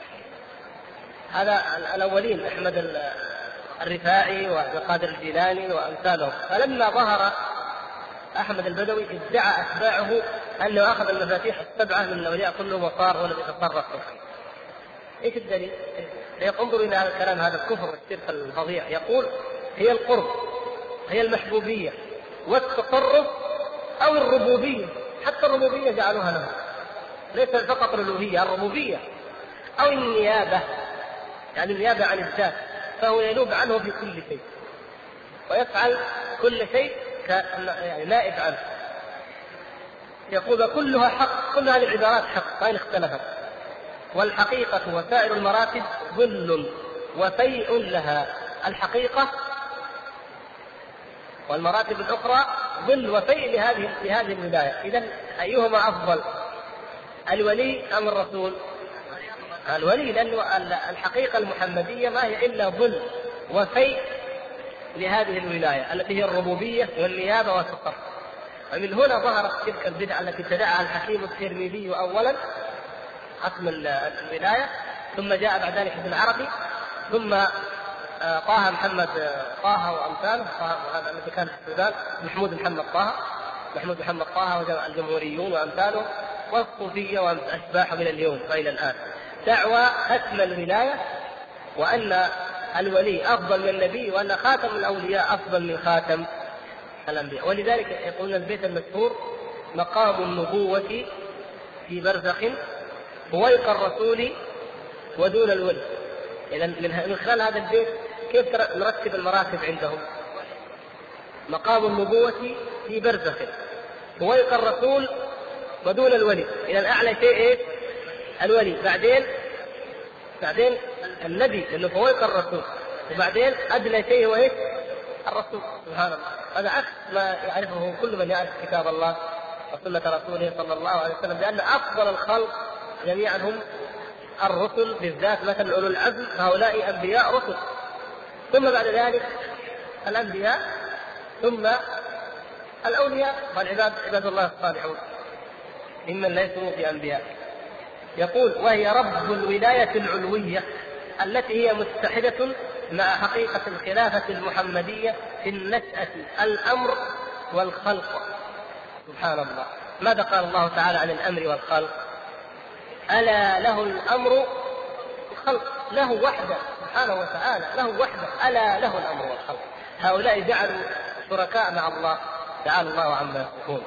هذا الأولين أحمد الرفاعي وقادر الجيلاني وأمثالهم. فلما ظهر أحمد البدوي ادعى أتباعه أنه أخذ المفاتيح 7 من الأولياء كلهم وصار هو الذي يتصرف فيه. إيش الدليل؟ انظروا إلى هذا الكلام، هذا الكفر والشرك الفظيع. يقول هي القرب، هي المحبوبية والتصرف أو الربوبية، حتى الربوبية جعلوها له، ليس فقط الألوهية، الربوبية أو النيابة، يعني النيابة عن الذات، فهو ينوب عنه في كل شيء ويفعل كل شيء يعني نائب عنه. يقول كلها حق، كل هذه العبارات حق وإن اختلفت. والحقيقة وسائر المراتب ظل وفيء لها. الحقيقة والمراتب الأخرى ظل وفيء لهذه الولاية. إذن أيهما أفضل، الولي أم الرسول؟ الولي، لأن الحقيقة المحمدية ما هي إلا ظل وفيء لهذه الولاية التي هي الربوبية والنيابة والتصرف. ومن هنا ظهرت تلك البدعة التي ابتدعها الحكيم الترمذي أولا، حكم الولاية، ثم جاء بعد ذلك ابن العربي، ثم طه محمد طه وأمثاله، هذا الذي كان في السودان محمود محمد طه والجمهوريون وأمثاله، والصوفية وأشباحهم إلى اليوم وإلى الآن، دعوى ختم الولاية وأن الولي أفضل من النبي، وأن خاتم الأولياء أفضل من خاتم الأنبياء. ولذلك يقولون البيت المشهور مقام النبوة في برزخ فوق الرسول ودون الولي. إذن من خلال هذا البيت كيف نرتب المراتب عندهم؟ مقام النبوة في برزخ فوق الرسول ودون الولي. إذن أعلى شيء إيه؟ الولي، بعدين النبي لأنه فوق الرسول، وبعدين أدنى شيء هو إيه؟ الرسول. سبحان الله، هذا عكس ما يعرفه كل من يعرف كتاب الله وسنة رسوله صلى الله عليه وسلم، لأن أفضل الخلق جميعا هم الرسل، بالذات مثل أولو العزم، هؤلاء أنبياء رسل، ثم بعد ذلك الأنبياء، ثم الأولياء والعباد، عباد الله الصالحون ممن ليسوا بأنبياء. يقول وهي رب الولاية العلوية التي هي متحدة مع حقيقة الخلافة المحمدية في النشأة، الأمر والخلق. سبحان الله، ماذا قال الله تعالى عن الأمر والخلق؟ ألا له الأمر والخلق، له وحده سبحانه وتعالى، له وحده، ألا له الأمر والخلق. هؤلاء جعلوا شركاء مع الله، تعالى الله عما يصفون.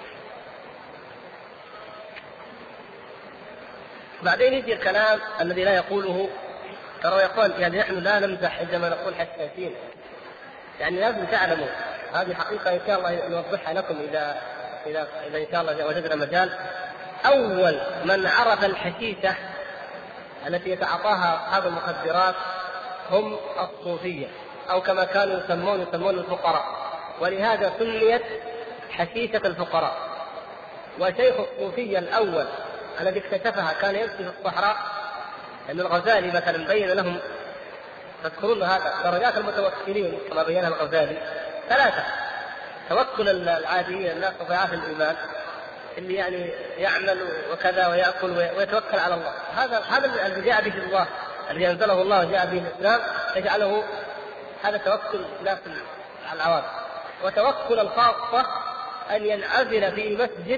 بعدين يجي الكلام الذي لا يقوله، ترى يا اخوان، يعني نحن لا نمزح عندما نقول حساسين، يعني لازم تعلموا هذه حقيقة إن شاء الله نوضحها لكم إذا إن شاء الله وجدنا مجال. أول من عرف الحشيشة التي يتعاطاها أصحاب المخدرات هم الصوفية، أو كما كانوا يسمون الفقراء، ولهذا سميت حشيشة الفقراء. وشيخ الصوفية الأول الذي اكتشفها كان يمشي في الصحراء، لأن الغزالي مثلا بين لهم، تذكرون هذا درجات المتوكلين كما بينها الغزالي 3: توكل العاديين الناس ضعاف الإيمان، اللي يعني يعمل وكذا ويأكل ويتوكل على الله، هذا الذي جاء به الله، الذي أنزله الله وجاء به الإسلام، يجعله هذا توكل لا في العوام. وتوكل الخاصة أن ينعزل في مسجد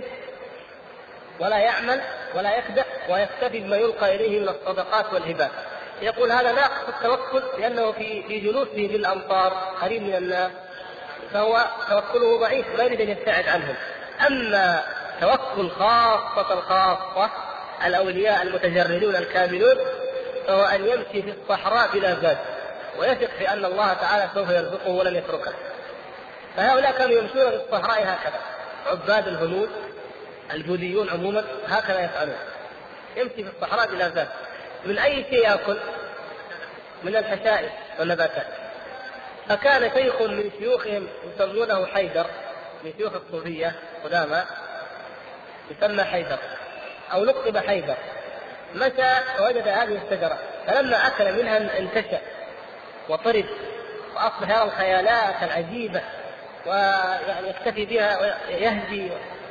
ولا يعمل ولا يخدع ويكتفي بما يلقى إليه من الصدقات والهبات. يقول هذا ناقص التوكل لأنه في جلوسه بالأمطار قريب من الناس، فهو توكله ضعيف لا يريد أن يبتعد عنهم. أما توكل خاصة الأولياء المتجردون الكاملون فهو أن يمشي في الصحراء بلا زاد ويثق في أن الله تعالى سوف يرزقه ولن يتركه. فهؤلاء كانوا يمشون في الصحراء هكذا، عباد الهنود البوذيون عموما هكذا يفعلون، يمشي في الصحراء بلا زاد. من أي شيء يأكل؟ من الحشائش والنباتات. فكان شيخ من شيوخهم يسمونه حيدر، من شيوخ الصوفية قدامى يسمى حيدر أو لقب حيدر، مشى ووجد هذه الشجرة، فلما أكل منها انتشى وطرد وأصبح يرى الخيالات العجيبة ويعني يكتفي بها ويهدي.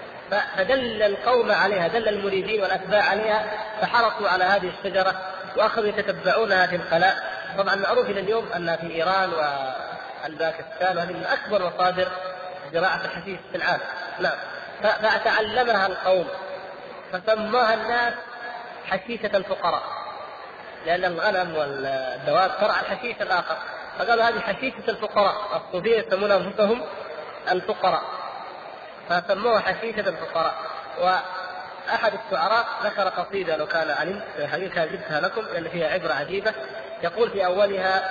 فدل القوم عليها، دل المريدين والأتباع عليها، فحرصوا على هذه الشجرة وأخذوا يتتبعونها في الخلاء. طبعا معروف إلى اليوم أن في إيران والباكستان هذه من أكبر مصادر زراعة الحشيش في العالم. نعم. فتعلمها القوم فسماها الناس حشيشة الفقراء، لأن الغنم والدواب ترعى الحشيش الآخر، فقالوا هذه حشيشة الفقراء. الصوفية يسمون أنفسهم الفقراء فسموها حشيشة الفقراء. وأحد الشعراء ذكر قصيدة لو كان علم حقيقة جبتها لكم لأن فيها عبرة عجيبة، يقول في أولها: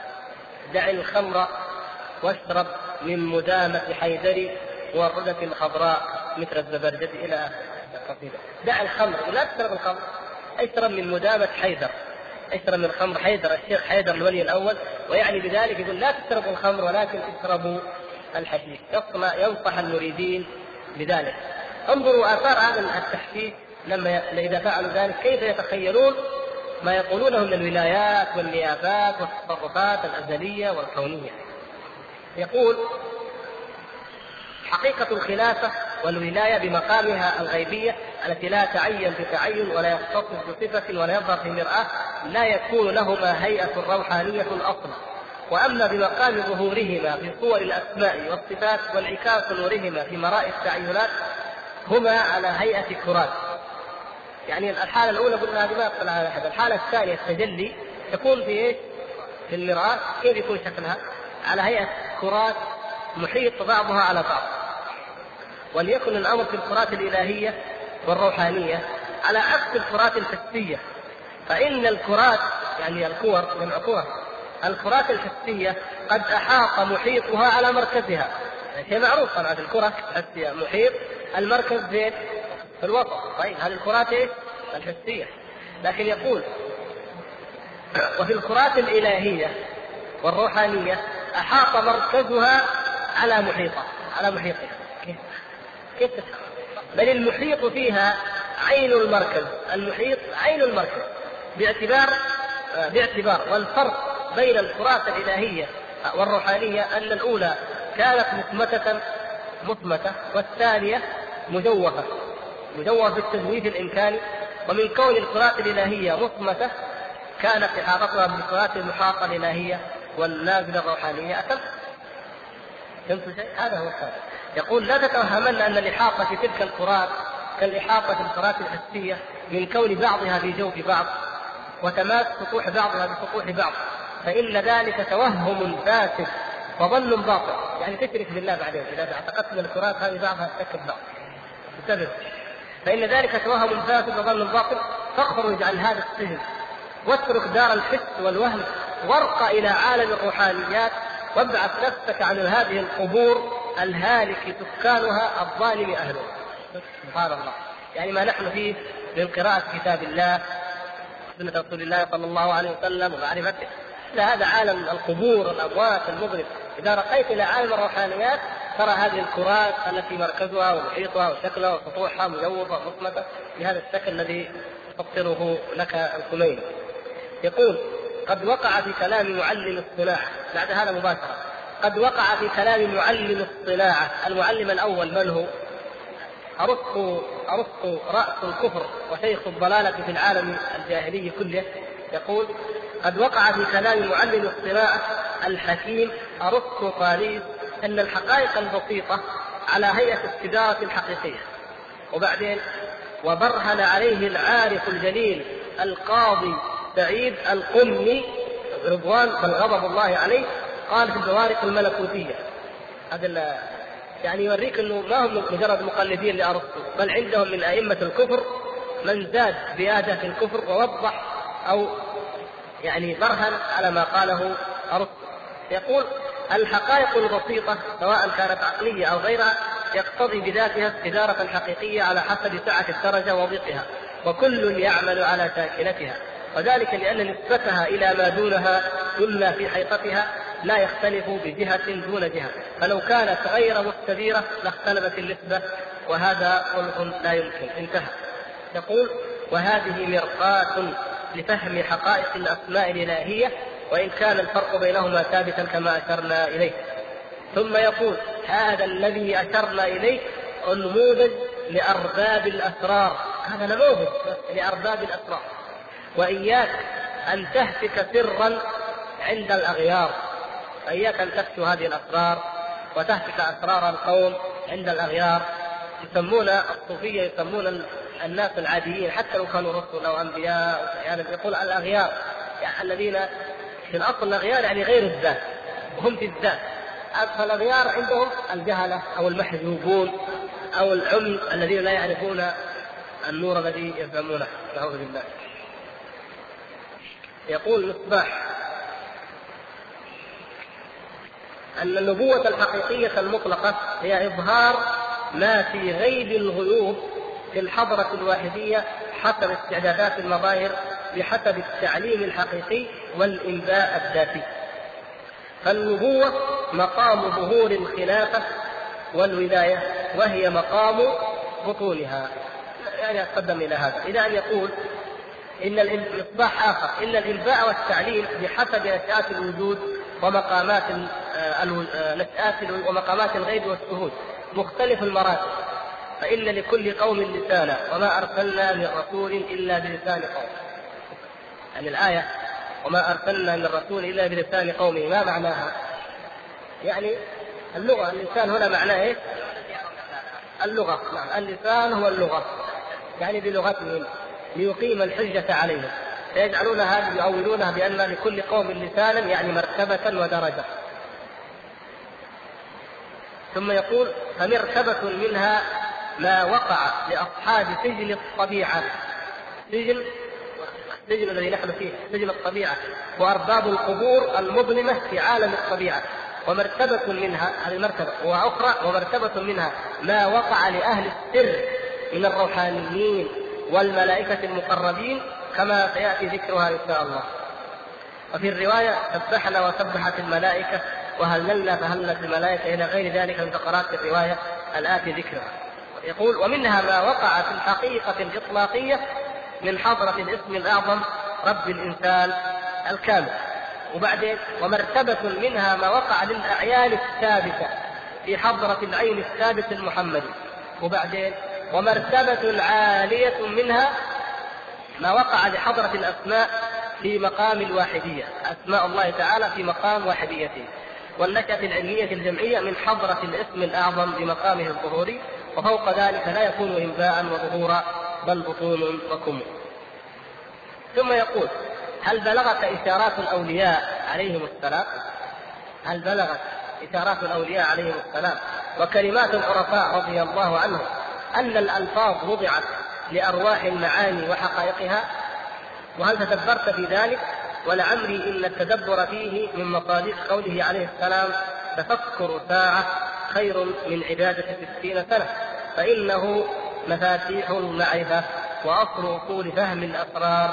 دع الخمر واشرب من مدامة حيدري وردة الخضراء مثل الزبرجد إلى القصيدة. دع الخمر ولا تشرب الخمر، اشرب من مدامة حيدر، اشرب من خمر حيدر، الشيخ حيدر الولي الأول. ويعني بذلك يقول لا تشربوا الخمر ولكن اشربوا الحشيش، ينصح المريدين بذلك. انظروا آثار هذا التحشيش لما إذا فعلوا ذلك كيف يتخيلون ما يقولونه من الولايات والنيابات والتصرفات الأزلية والكونية. يقول: حقيقة الخلافة والولاية بمقامها الغيبية التي لا تعين بتعين ولا يختص بصفة ولا يظهر في مرآة، لا يكون لهما هيئة روحانية أصلا. وأما بمقام ظهورهما في صور الأسماء والصفات وانعكاس نورهما في مرائي التعينات هما على هيئة كرات. يعني الحالة الأولى قلنا هذه ما يقبل على أحد. الحالة الثانية التجلي يكون في إيش؟ في المرآة. كيف يكون شكلها؟ على هيئة كرات محيط بعضها على بعض. وليكن الأمر في الكرات الإلهية والروحانية على عكس الكرات الحسية، فإن الكرات يعني الكور جمع كرة، الكرات الحسية قد أحاط محيطها على مركزها. شيء معروف طبعا الكرة الحسية محيط المركز زين في الوسط. طيب هذه الكرات إيه؟ الحسية. لكن يقول: وفي الكرات الإلهية والروحانية أحاط مركزها على محيطها كيف بل المحيط فيها عين المركز، المحيط عين المركز باعتبار والفرق بين الكرات الإلهية والروحانية أن الأولى كانت مثمتة والثانية مجوفة بالتجويف الإمكاني. ومن كون الكرات الإلهية مثمتة كانت إحاطتها بالكرات المحاطة الإلهية والنازلة الروحانية أتم. فهمتوا شيء؟ هذا هو السبب. يقول: لا تتوهمن أن الإحاطة في تلك الكرات كالإحاطة في الكرات الحسية من كون بعضها في جوف بعض وتماس سطوح بعضها بسطوح بعض، فإن ذلك توهم فاسد وظن باطل. يعني تشرك بالله بعدين إذا اعتقدت أن الكرات هذه بعضها تشكل بعض. انتبه، فإن ذلك توهم فاسد وظن باطل، فاخرج عن هذا السجن واترك دار الحس والوهم وارقى إلى عالم الروحانيات وابعث نفسك عن هذه القبور الهالك سكانها الظالم أهله. سبحان الله. يعني ما نحن فيه من قراءة كتاب الله سنة رسول الله صلى الله عليه وسلم ومعرفته. هذا عالم القبور والأموات المظلم. إذا رقيت إلى عالم الروحانيات ترى هذه الكرات التي مركزها ومحيطها وشكلها وسطوحها مجوفة مصمتة بهذا الشكل الذي يفسره لك الخميني. يقول: قد وقع في كلام معلم الصناعة، بعد هذا مباشرة، قد وقع في كلام معلم الصناعة. المعلم الأول من هو؟ أرسطو رأس الكفر وشيخ الضلالة في العالم الجاهلي كله. يقول: قد وقع في كلام معلم الصناعة الحكيم أرسطو قاليس أن الحقائق البسيطة على هيئة التجارة الحقيقية. وبعدين: وبرهن عليه العارف الجليل القاضي سعيد القمي رضوان بل غضب الله عليه، قال في البوارق الملكوتية. هذا يعني يوريك أنه ما هم مجرد مقلدين لأرسطو، بل عندهم من أئمة الكفر من زاد زيادة في الكفر ووضح أو يعني برهن على ما قاله أرسطو. يقول: الحقائق البسيطة سواء كانت عقلية أو غيرها يقتضي بذاتها التجارة الحقيقية على حسب سعة الدرجة وضيقها، وكل يعمل على شاكلتها، وذلك لأن نسبتها إلى ما دونها إلا في حقيقتها لا يختلف بجهة دون جهة، فلو كانت غير مستديرة لاختلفت النسبة، وهذا خلق لا يمكن. انتهى. يقول: وهذه مرقاة لفهم حقائق الأسماء الإلهية، وإن كان الفرق بينهما ثابتا كما أشرنا إليه. ثم يقول: هذا الذي أشرنا إليه نموذج لأرباب الأسرار، هذا نموذج لأرباب الأسرار، وإياك أن تهتك سرا عند الأغيار، وإياك أن تكتم هذه الأسرار وتهتك أسرار القوم عند الأغيار. يسمون الصوفية يسمون الناس العاديين حتى لو كانوا رسل أو أنبياء، يعني يقول الأغيار يعني الذين في الأصل الأغيار يعني غير الذات وهم في الذات. فالأغيار عندهم الجهلة أو المحجوبون أو العمي الذين لا يعرفون النور الذي يفهمونه. نعوذ بالله. يقول مصباح أن النبوة الحقيقية المطلقة هي إظهار ما في غيب الغيوب في الحضرة الواحدية حسب استعدادات المظاهر بحسب التعليم الحقيقي والإنباء الذاتي. فالنبوة مقام ظهور الخلافة والولاية، وهي مقام بطونها. يعني أتقدم إلى هذا إلى أن يقول إن المصباح آخر: إن الإنباء والتعليم بحسب نشآت الوجود ومقامات ومقامات الغيب والشهود مختلف المراتب، فإن لكل قوم لسانا وما أرسلنا من رسول إلا بلسان قوم. يعني الآية وما أرسلنا من رسول إلا بلسان قومه، ما معناها؟ يعني اللغة، اللسان هنا معناه إيه؟ اللغة. نعم، اللسان هو اللغة، يعني بلغتهم ليقيم الحجة عليهم، فيجعلون هذه يؤولونها بأن لكل قوم لسانا يعني مرتبة ودرجة. ثم يقول: فمرتبة منها ما وقع لأصحاب سجن الطبيعة، سجن الذي نحن فيه سجن الطبيعة، وأرباب القبور المظلمة في عالم الطبيعة. ومرتبة منها هذه مرتبة، وأخرى ومرتبة منها ما وقع لأهل السر من الروحانيين والملائكة المقربين كما سيأتي ذكرها إن شاء الله. وفي الرواية: سبحنا وسبحت الملائكة وهللنا فهللت الملائكة، إلى غير ذلك من فقرات الرواية الآتي ذكرها. يقول: ومنها ما وقع في الحقيقة الإطلاقية من حضرة الاسم الأعظم رب الإنسان الكامل. وبعدين: ومرتبة منها ما وقع للأعيان الثابتة في حضرة العين الثابت المحمدي. وبعدين: ومرتبة عالية منها ما وقع لحضرة الأسماء في مقام الواحدية، أسماء الله تعالى في مقام واحديته، والنشأة العلمية الجمعية من حضرة الاسم الأعظم بمقامه الظهوري، وفوق ذلك لا يكون إنباء وظهورا بل بطون وكم. ثم يقول: هل بلغت إشارات الأولياء عليهم السلام؟ هل بلغت إشارات الأولياء عليهم السلام وكلمات العرفاء رضي الله عنهم أن الألفاظ وضعت لأرواح المعاني وحقائقها؟ وهل تدبرت في ذلك؟ ولعمري إن التدبر فيه من مصادق قوله عليه السلام: تفكر ساعة خير من عبادة 60 سنة، فإنه مفاتيح المعرفة وأصل أصول فهم الأسرار،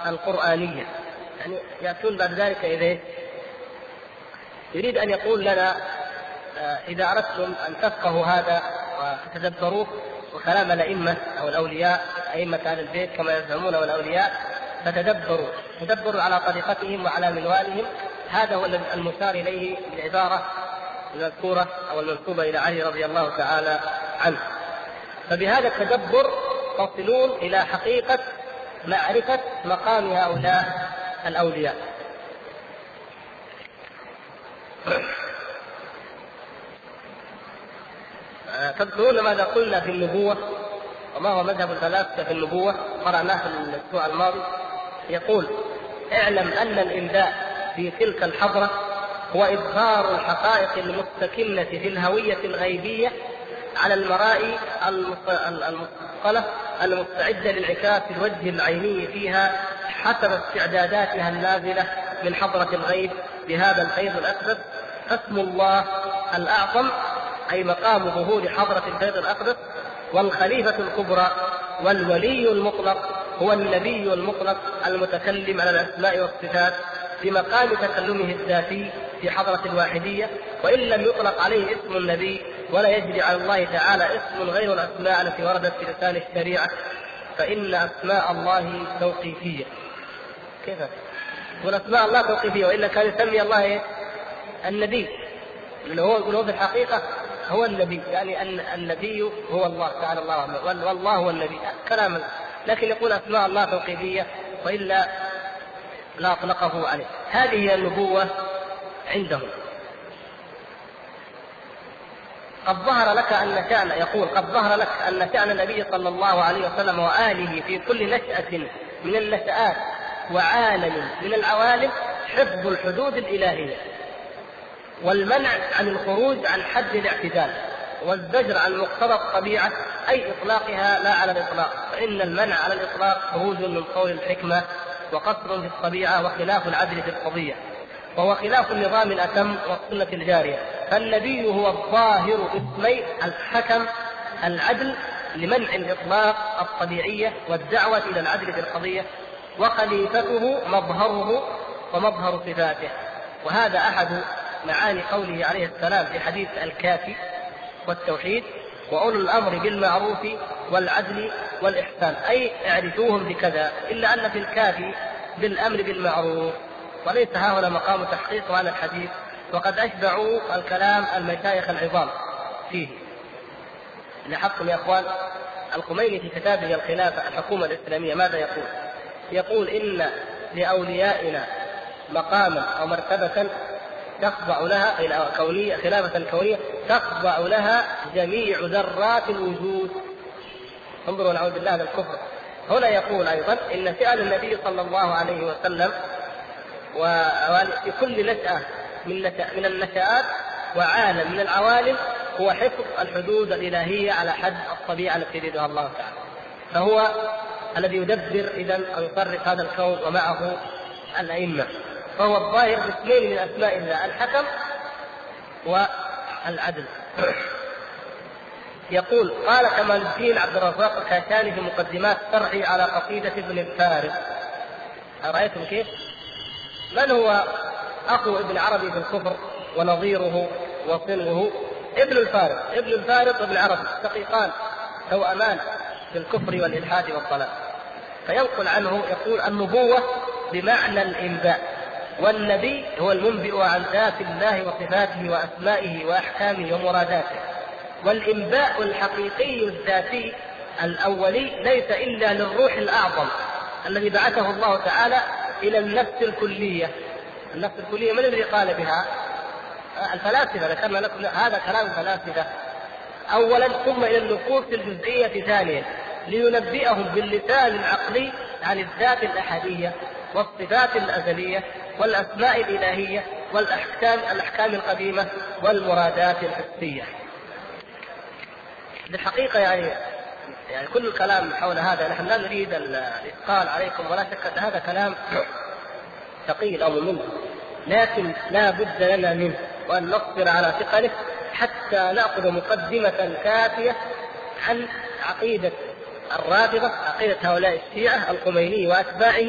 القرآنية. يعني يأتون بعد ذلك إذا يريد أن يقول لنا إذا أردتم أن تفقهوا هذا وتتدبروه وكلام الأئمة أو الأولياء، أئمة أهل البيت كما يزعمون والأولياء، فتدبروا على طريقتهم وعلى منوالهم. هذا هو المشار إليه بالعبارة المذكورة أو المنسوبة إلى علي رضي الله تعالى عنه. فبهذا التدبر تصلون إلى حقيقة معرفة مقام هؤلاء الأولياء. تذكرون ماذا قلنا في النبوة وما هو مذهب الفلاسفة في النبوة؟ قرأناه في الأسبوع الماضي. يقول: اعلم أن الإنباء في تلك الحضرة هو إظهار الحقائق المستكنة في الهوية الغيبية على المرائي المثقلة المستعدة لانعكاس الوجه العيني فيها حسب استعداداتها النازلة من حضرة الغيب بهذا الفيض الأقدس. فاسم الله الأعظم أي مقام ظهور حضرة الفيض الأقدس، والخليفة الكبرى والولي المطلق هو النبي المطلق المتكلم على الأسماء والصفات بمقام تكلمه الذاتي في حضرة الواحدية، وإن لم يطلق عليه اسم النبي ولا يجري على الله تعالى اسم غير الأسماء التي وردت في لسان الشريعة، فإن أسماء الله توقيفية. كيف؟ والأسماء الله توقيفية، وإلا كان يسمي الله النبي، لأنه هو يقول في الحقيقة هو النبي، يعني أن النبي هو الله تعالى، الله والله هو النبي كلاما، لكن يقول أسماء الله توقيفية وإلا لا أطلقه عليه. هذه هي النبوة عندهم. قد ظهر لك أن شأن، يقول قد ظهر لك أن شأن النبي صلى الله عليه وسلم وآله في كل نشأة من النشآت وعالم من العوالم حفظ الحدود الإلهية، والمنع عن الخروج عن حد الاعتدال، والزجر عن مقتضى الطبيعة أي إطلاقها لا على الإطلاق، فإن المنع على الإطلاق خروج من قول الحكمة وقصر في الطبيعة وخلاف العدل في القضية، وهو خلاف النظام الأتم والسنة الجارية. فالنبي هو الظاهر باسمي الحكم العدل لمنع الإطلاق الطبيعية والدعوة إلى العدل في القضية، وخليفته مظهره ومظهر صفاته. وهذا أحد معاني قوله عليه السلام في حديث الكافي والتوحيد: وأولو الأمر بالمعروف والعدل والإحسان، أي اعرفوهم بكذا، إلا أن في الكافي بالأمر بالمعروف، وليس ها هنا مقام تحقيق هذا الحديث، وقد أشبعوا الكلام المشايخ العظام فيه. لاحظتم يا أخوان الخميني في كتابه الخلافة الحكومة الإسلامية ماذا يقول؟ يقول: إن لأوليائنا مقاما أو مرتبة تخضع لها كونية، خلافة كونية تخضع لها جميع ذرات الوجود. انظروا نعوذ بالله من الكفر. هنا يقول أيضا إن فعل النبي صلى الله عليه وسلم وفي كل نشأة من النشآت وعالم من العوالم هو حفظ الحدود الإلهية على حد الطبيعة التي يريدها الله تعالى، فهو الذي يدبر إذن أو يصرف هذا الكون ومعه الأئمة، فهو الظاهر باسمين من أسماء الله الحكم والعدل. يقول: قال كمال الدين عبد الرزاق الكاشاني في مقدمات شرحه على قصيدة ابن الفارض. أرأيتم كيف؟ من هو أخو ابن عربي في الكفر ونظيره وصنه؟ ابن الفارض. ابن الفارض وابن عربي شقيقان توأمان في الكفر والإلحاد والضلال. فينقل عنه يقول: النبوة بمعنى الإنباء، والنبي هو المنبئ عن ذات الله وصفاته وأسمائه وأحكامه ومراداته. والإنباء الحقيقي الذاتي الأولي ليس إلا للروح الأعظم الذي بعثه الله تعالى إلى النفس الكلية. النفس الكلية من الذي قال بها؟ الفلاسفة، ذكرنا لكم هذا كلام الفلاسفة أولا، ثم إلى النفوس الجزئية ثانيا، لينبئهم باللسان العقلي عن الذات الأحدية والصفات الأزلية والأسماء الإلهية والأحكام القديمة والمرادات الحسية. بالحقيقة يعني كل الكلام حول هذا نحن لا نريد الإثقال عليكم، ولا شك أن هذا كلام ثقيل أو ممل، لكن لا بد لنا منه وأن نصبر على ثقله حتى نأخذ مقدمة كافية عن عقيدة الرافضة، عقيدة هؤلاء الشيعة الخميني وأتباعه،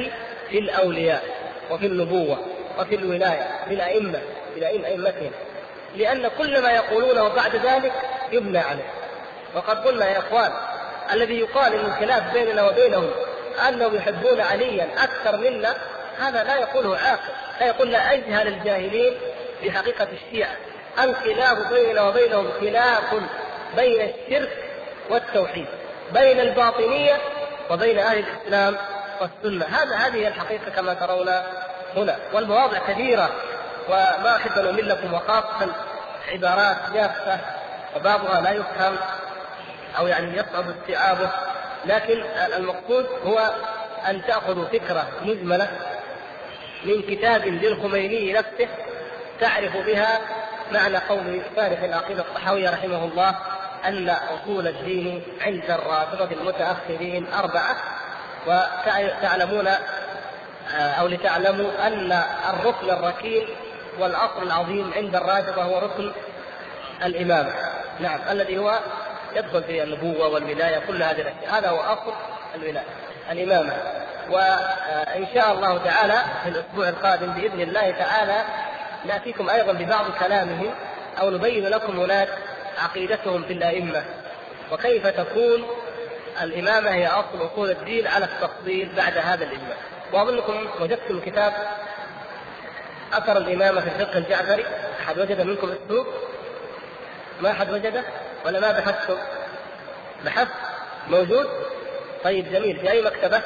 في الأولياء وفي النبوة وفي الولاية في الأئمة أئمتهم، لأن كل ما يقولونه بعد ذلك يبنى عليه. وقد قلنا يا إخوان الذي يقال إن الخلاف بيننا وبينهم أنهم يحبون عليا أكثر منا، هذا لا يقوله عاقل، لا يقول لا أجهل الجاهلين في حقيقة الشيعة. الخلاف بيننا وبينهم خلاف بين الشرك والتوحيد، بين الباطنية وبين أهل الإسلام والسنة. هذه هي الحقيقة كما ترون هنا، والمواضع كثيرة وما أحب أن أمل لكم، وخاصة عبارات جافة وبعضها لا يفهم أو يعني يصعب استيعابه، لكن المقصود هو أن تأخذوا فكرة مجملة من كتاب للخميني نفسه تعرف بها معنى قول فارق العقيدة الطحاوية رحمه الله أن أصول الدين عند الرافضة المتأخرين 4، وتعلمون أو لتعلموا أن الركن الركين والأصل العظيم عند الرافضة هو ركن الإمامة، نعم، الذي هو يدخل في النبوة والولاية كل هذه الأشياء، هذا هو أصل الولاية الإمامة. وإن شاء الله تعالى في الأسبوع القادم بإذن الله تعالى نأتيكم أيضا ببعض كلامهم أو نبين لكم هناك عقيدتهم في الأئمة وكيف تكون الإمامة هي أصل أصول الدين على التفصيل بعد هذا الإجماع. وأظنكم وجدتم كتاب أثر الإمامة في الفقه الجعفري، أحد وجد منكم السوق؟ ما أحد وجده ولا ما بحثتم؟ بحث موجود؟ طيب جميل. في أي مكتبة؟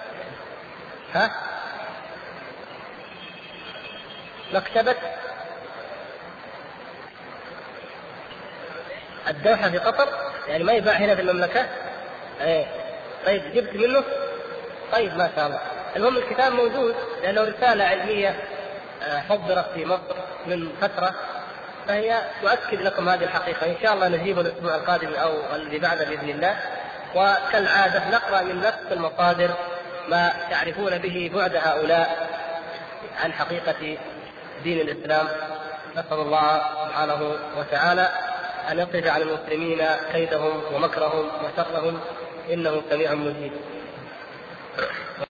مكتبة الدوحة في قطر، يعني ما يباع هنا في المملكة؟ طيب جبت منه؟ طيب ما شاء الله. المهم الكتاب موجود لأنه رسالة علمية حضرت في مصر من فترة، فهي تؤكد لكم هذه الحقيقة. إن شاء الله نجيبه الأسبوع القادم أو الذي بعده بإذن الله. وكالعادة نقرأ من نفس المصادر ما تعرفون به بعد هؤلاء عن حقيقة دين الإسلام. نسأل الله سبحانه وتعالى أن يصرف عن المسلمين كيدهم ومكرهم وشرهم، إنه سميع مجيب.